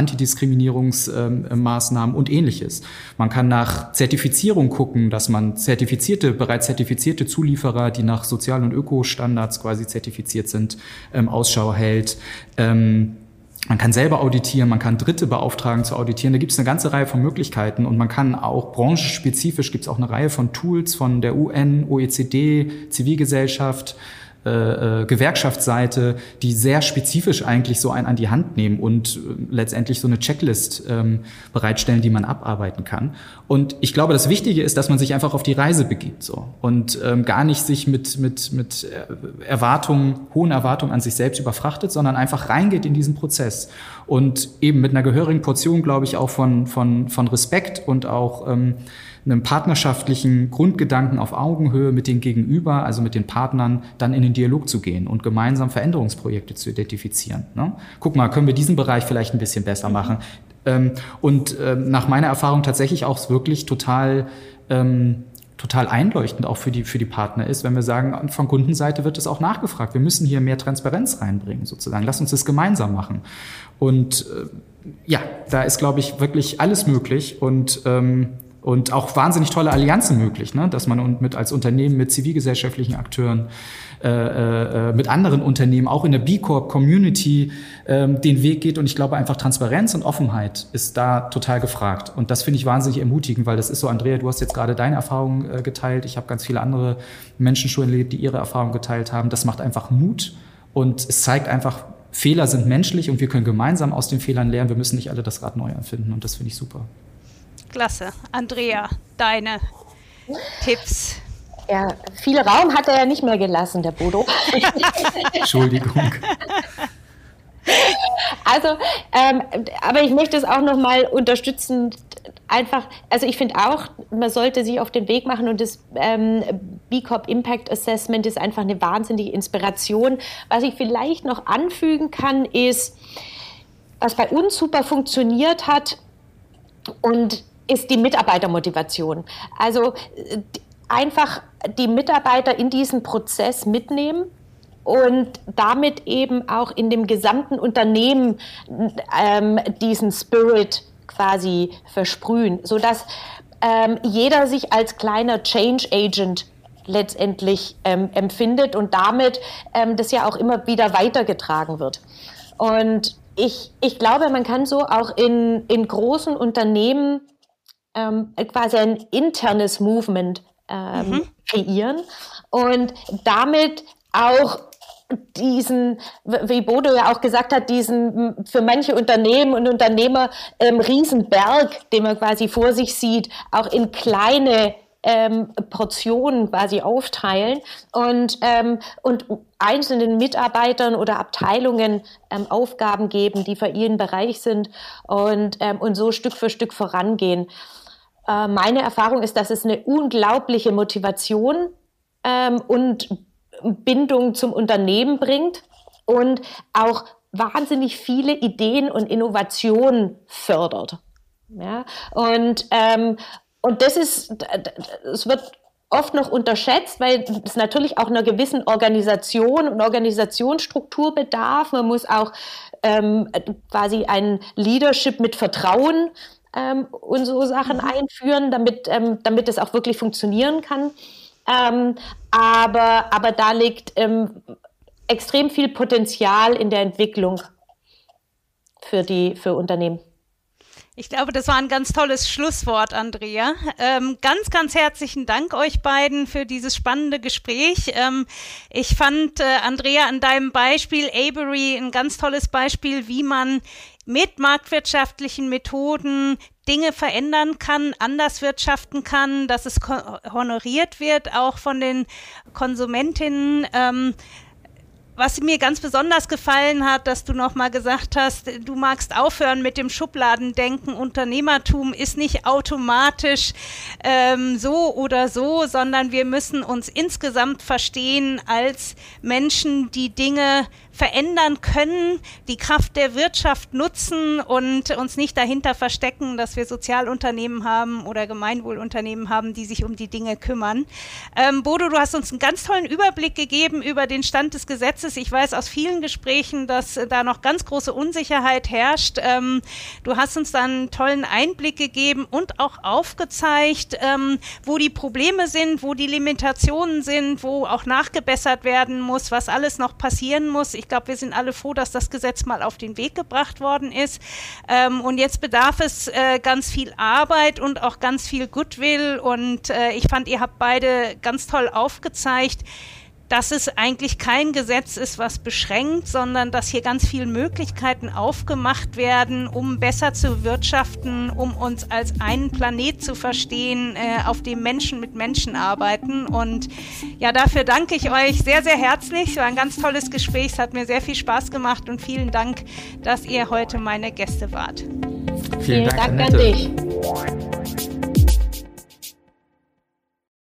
Antidiskriminierungsmaßnahmen ähm, und Ähnliches. Man kann nach Zertifizierung gucken, dass man zertifizierte, bereits zertifizierte Zulieferer, die nach Sozial- und Ökostandards quasi zertifiziert sind, ähm, Ausschau hält. Ähm, Man kann selber auditieren, man kann Dritte beauftragen zu auditieren. Da gibt es eine ganze Reihe von Möglichkeiten und man kann auch branchenspezifisch, gibt es auch eine Reihe von Tools von der U N, O E C D, Zivilgesellschaft, äh, äh, Gewerkschaftsseite, die sehr spezifisch eigentlich so einen an die Hand nehmen und äh, letztendlich so eine Checklist ähm, bereitstellen, die man abarbeiten kann. Und ich glaube, das Wichtige ist, dass man sich einfach auf die Reise begibt so und ähm, gar nicht sich mit mit mit Erwartungen, hohen Erwartungen an sich selbst überfrachtet, sondern einfach reingeht in diesen Prozess und eben mit einer gehörigen Portion, glaube ich, auch von von von Respekt und auch ähm, einem partnerschaftlichen Grundgedanken auf Augenhöhe mit den Gegenüber, also mit den Partnern, dann in den Dialog zu gehen und gemeinsam Veränderungsprojekte zu identifizieren. Ne? Guck mal, können wir diesen Bereich vielleicht ein bisschen besser machen? Ähm, und ähm, nach meiner Erfahrung tatsächlich auch wirklich total ähm, total einleuchtend auch für die für die Partner ist, wenn wir sagen, von Kundenseite wird es auch nachgefragt. Wir müssen hier mehr Transparenz reinbringen, sozusagen. Lass uns das gemeinsam machen. Und äh, ja, da ist, glaube ich, wirklich alles möglich und ähm, und auch wahnsinnig tolle Allianzen möglich, ne? Dass man mit als Unternehmen mit zivilgesellschaftlichen Akteuren, äh, äh, mit anderen Unternehmen, auch in der B Corp Community äh, den Weg geht. Und ich glaube einfach Transparenz und Offenheit ist da total gefragt. Und das finde ich wahnsinnig ermutigend, weil das ist so, Andrea, du hast jetzt gerade deine Erfahrungen äh, geteilt. Ich habe ganz viele andere Menschen schon erlebt, die ihre Erfahrungen geteilt haben. Das macht einfach Mut und es zeigt einfach, Fehler sind menschlich und wir können gemeinsam aus den Fehlern lernen. Wir müssen nicht alle das Rad neu erfinden und das finde ich super. Klasse. Andrea, deine Tipps. Ja, viel Raum hat er ja nicht mehr gelassen, der Bodo. Entschuldigung. Also, ähm, aber ich möchte es auch nochmal unterstützen, einfach, also ich finde auch, man sollte sich auf den Weg machen und das ähm, B Corp Impact Assessment ist einfach eine wahnsinnige Inspiration. Was ich vielleicht noch anfügen kann, ist, was bei uns super funktioniert hat und ist die Mitarbeitermotivation. Also einfach die Mitarbeiter in diesen Prozess mitnehmen und damit eben auch in dem gesamten Unternehmen ähm, diesen Spirit quasi versprühen, sodass ähm, jeder sich als kleiner Change Agent letztendlich ähm, empfindet und damit ähm, das ja auch immer wieder weitergetragen wird. Und ich, ich glaube, man kann so auch in, in großen Unternehmen ähm, quasi ein internes Movement ähm, mhm. kreieren und damit auch diesen, wie Bodo ja auch gesagt hat, diesen für manche Unternehmen und Unternehmer ähm, Riesenberg, den man quasi vor sich sieht, auch in kleine ähm, Portionen quasi aufteilen und, ähm, und einzelnen Mitarbeitern oder Abteilungen ähm, Aufgaben geben, die für ihren Bereich sind und, ähm, und so Stück für Stück vorangehen. Äh, meine Erfahrung ist, dass es eine unglaubliche Motivation ähm, und Bindung zum Unternehmen bringt und auch wahnsinnig viele Ideen und Innovationen fördert. Ja? Und, ähm, und das ist, es wird oft noch unterschätzt, weil es natürlich auch einer gewissen Organisation und Organisationsstruktur bedarf. Man muss auch ähm, quasi ein Leadership mit Vertrauen ähm, und so Sachen mhm. einführen, damit, ähm, damit es auch wirklich funktionieren kann. Ähm, aber, aber da liegt ähm, extrem viel Potenzial in der Entwicklung für die, für Unternehmen. Ich glaube, das war ein ganz tolles Schlusswort, Andrea. Ähm, ganz, ganz herzlichen Dank euch beiden für dieses spannende Gespräch. Ähm, ich fand, äh, Andrea, an deinem Beispiel Avery ein ganz tolles Beispiel, wie man mit marktwirtschaftlichen Methoden Dinge verändern kann, anders wirtschaften kann, dass es honoriert wird, auch von den Konsumentinnen. Ähm, was mir ganz besonders gefallen hat, dass du nochmal gesagt hast, du magst aufhören mit dem Schubladendenken. Unternehmertum ist nicht automatisch ähm, so oder so, sondern wir müssen uns insgesamt verstehen als Menschen, die Dinge verändern können, die Kraft der Wirtschaft nutzen und uns nicht dahinter verstecken, dass wir Sozialunternehmen haben oder Gemeinwohlunternehmen haben, die sich um die Dinge kümmern. Ähm, Bodo, du hast uns einen ganz tollen Überblick gegeben über den Stand des Gesetzes. Ich weiß aus vielen Gesprächen, dass äh, da noch ganz große Unsicherheit herrscht. Ähm, du hast uns da einen tollen Einblick gegeben und auch aufgezeigt, ähm, wo die Probleme sind, wo die Limitationen sind, wo auch nachgebessert werden muss, was alles noch passieren muss. Ich glaube, wir sind alle froh, dass das Gesetz mal auf den Weg gebracht worden ist. Ähm, und jetzt bedarf es äh, ganz viel Arbeit und auch ganz viel Goodwill. Und äh, ich fand, ihr habt beide ganz toll aufgezeigt, dass es eigentlich kein Gesetz ist, was beschränkt, sondern dass hier ganz viele Möglichkeiten aufgemacht werden, um besser zu wirtschaften, um uns als einen Planet zu verstehen, äh, auf dem Menschen mit Menschen arbeiten. Und ja, dafür danke ich euch sehr, sehr herzlich. Es war ein ganz tolles Gespräch, es hat mir sehr viel Spaß gemacht und vielen Dank, dass ihr heute meine Gäste wart. Vielen, vielen Dank, Dank an dich.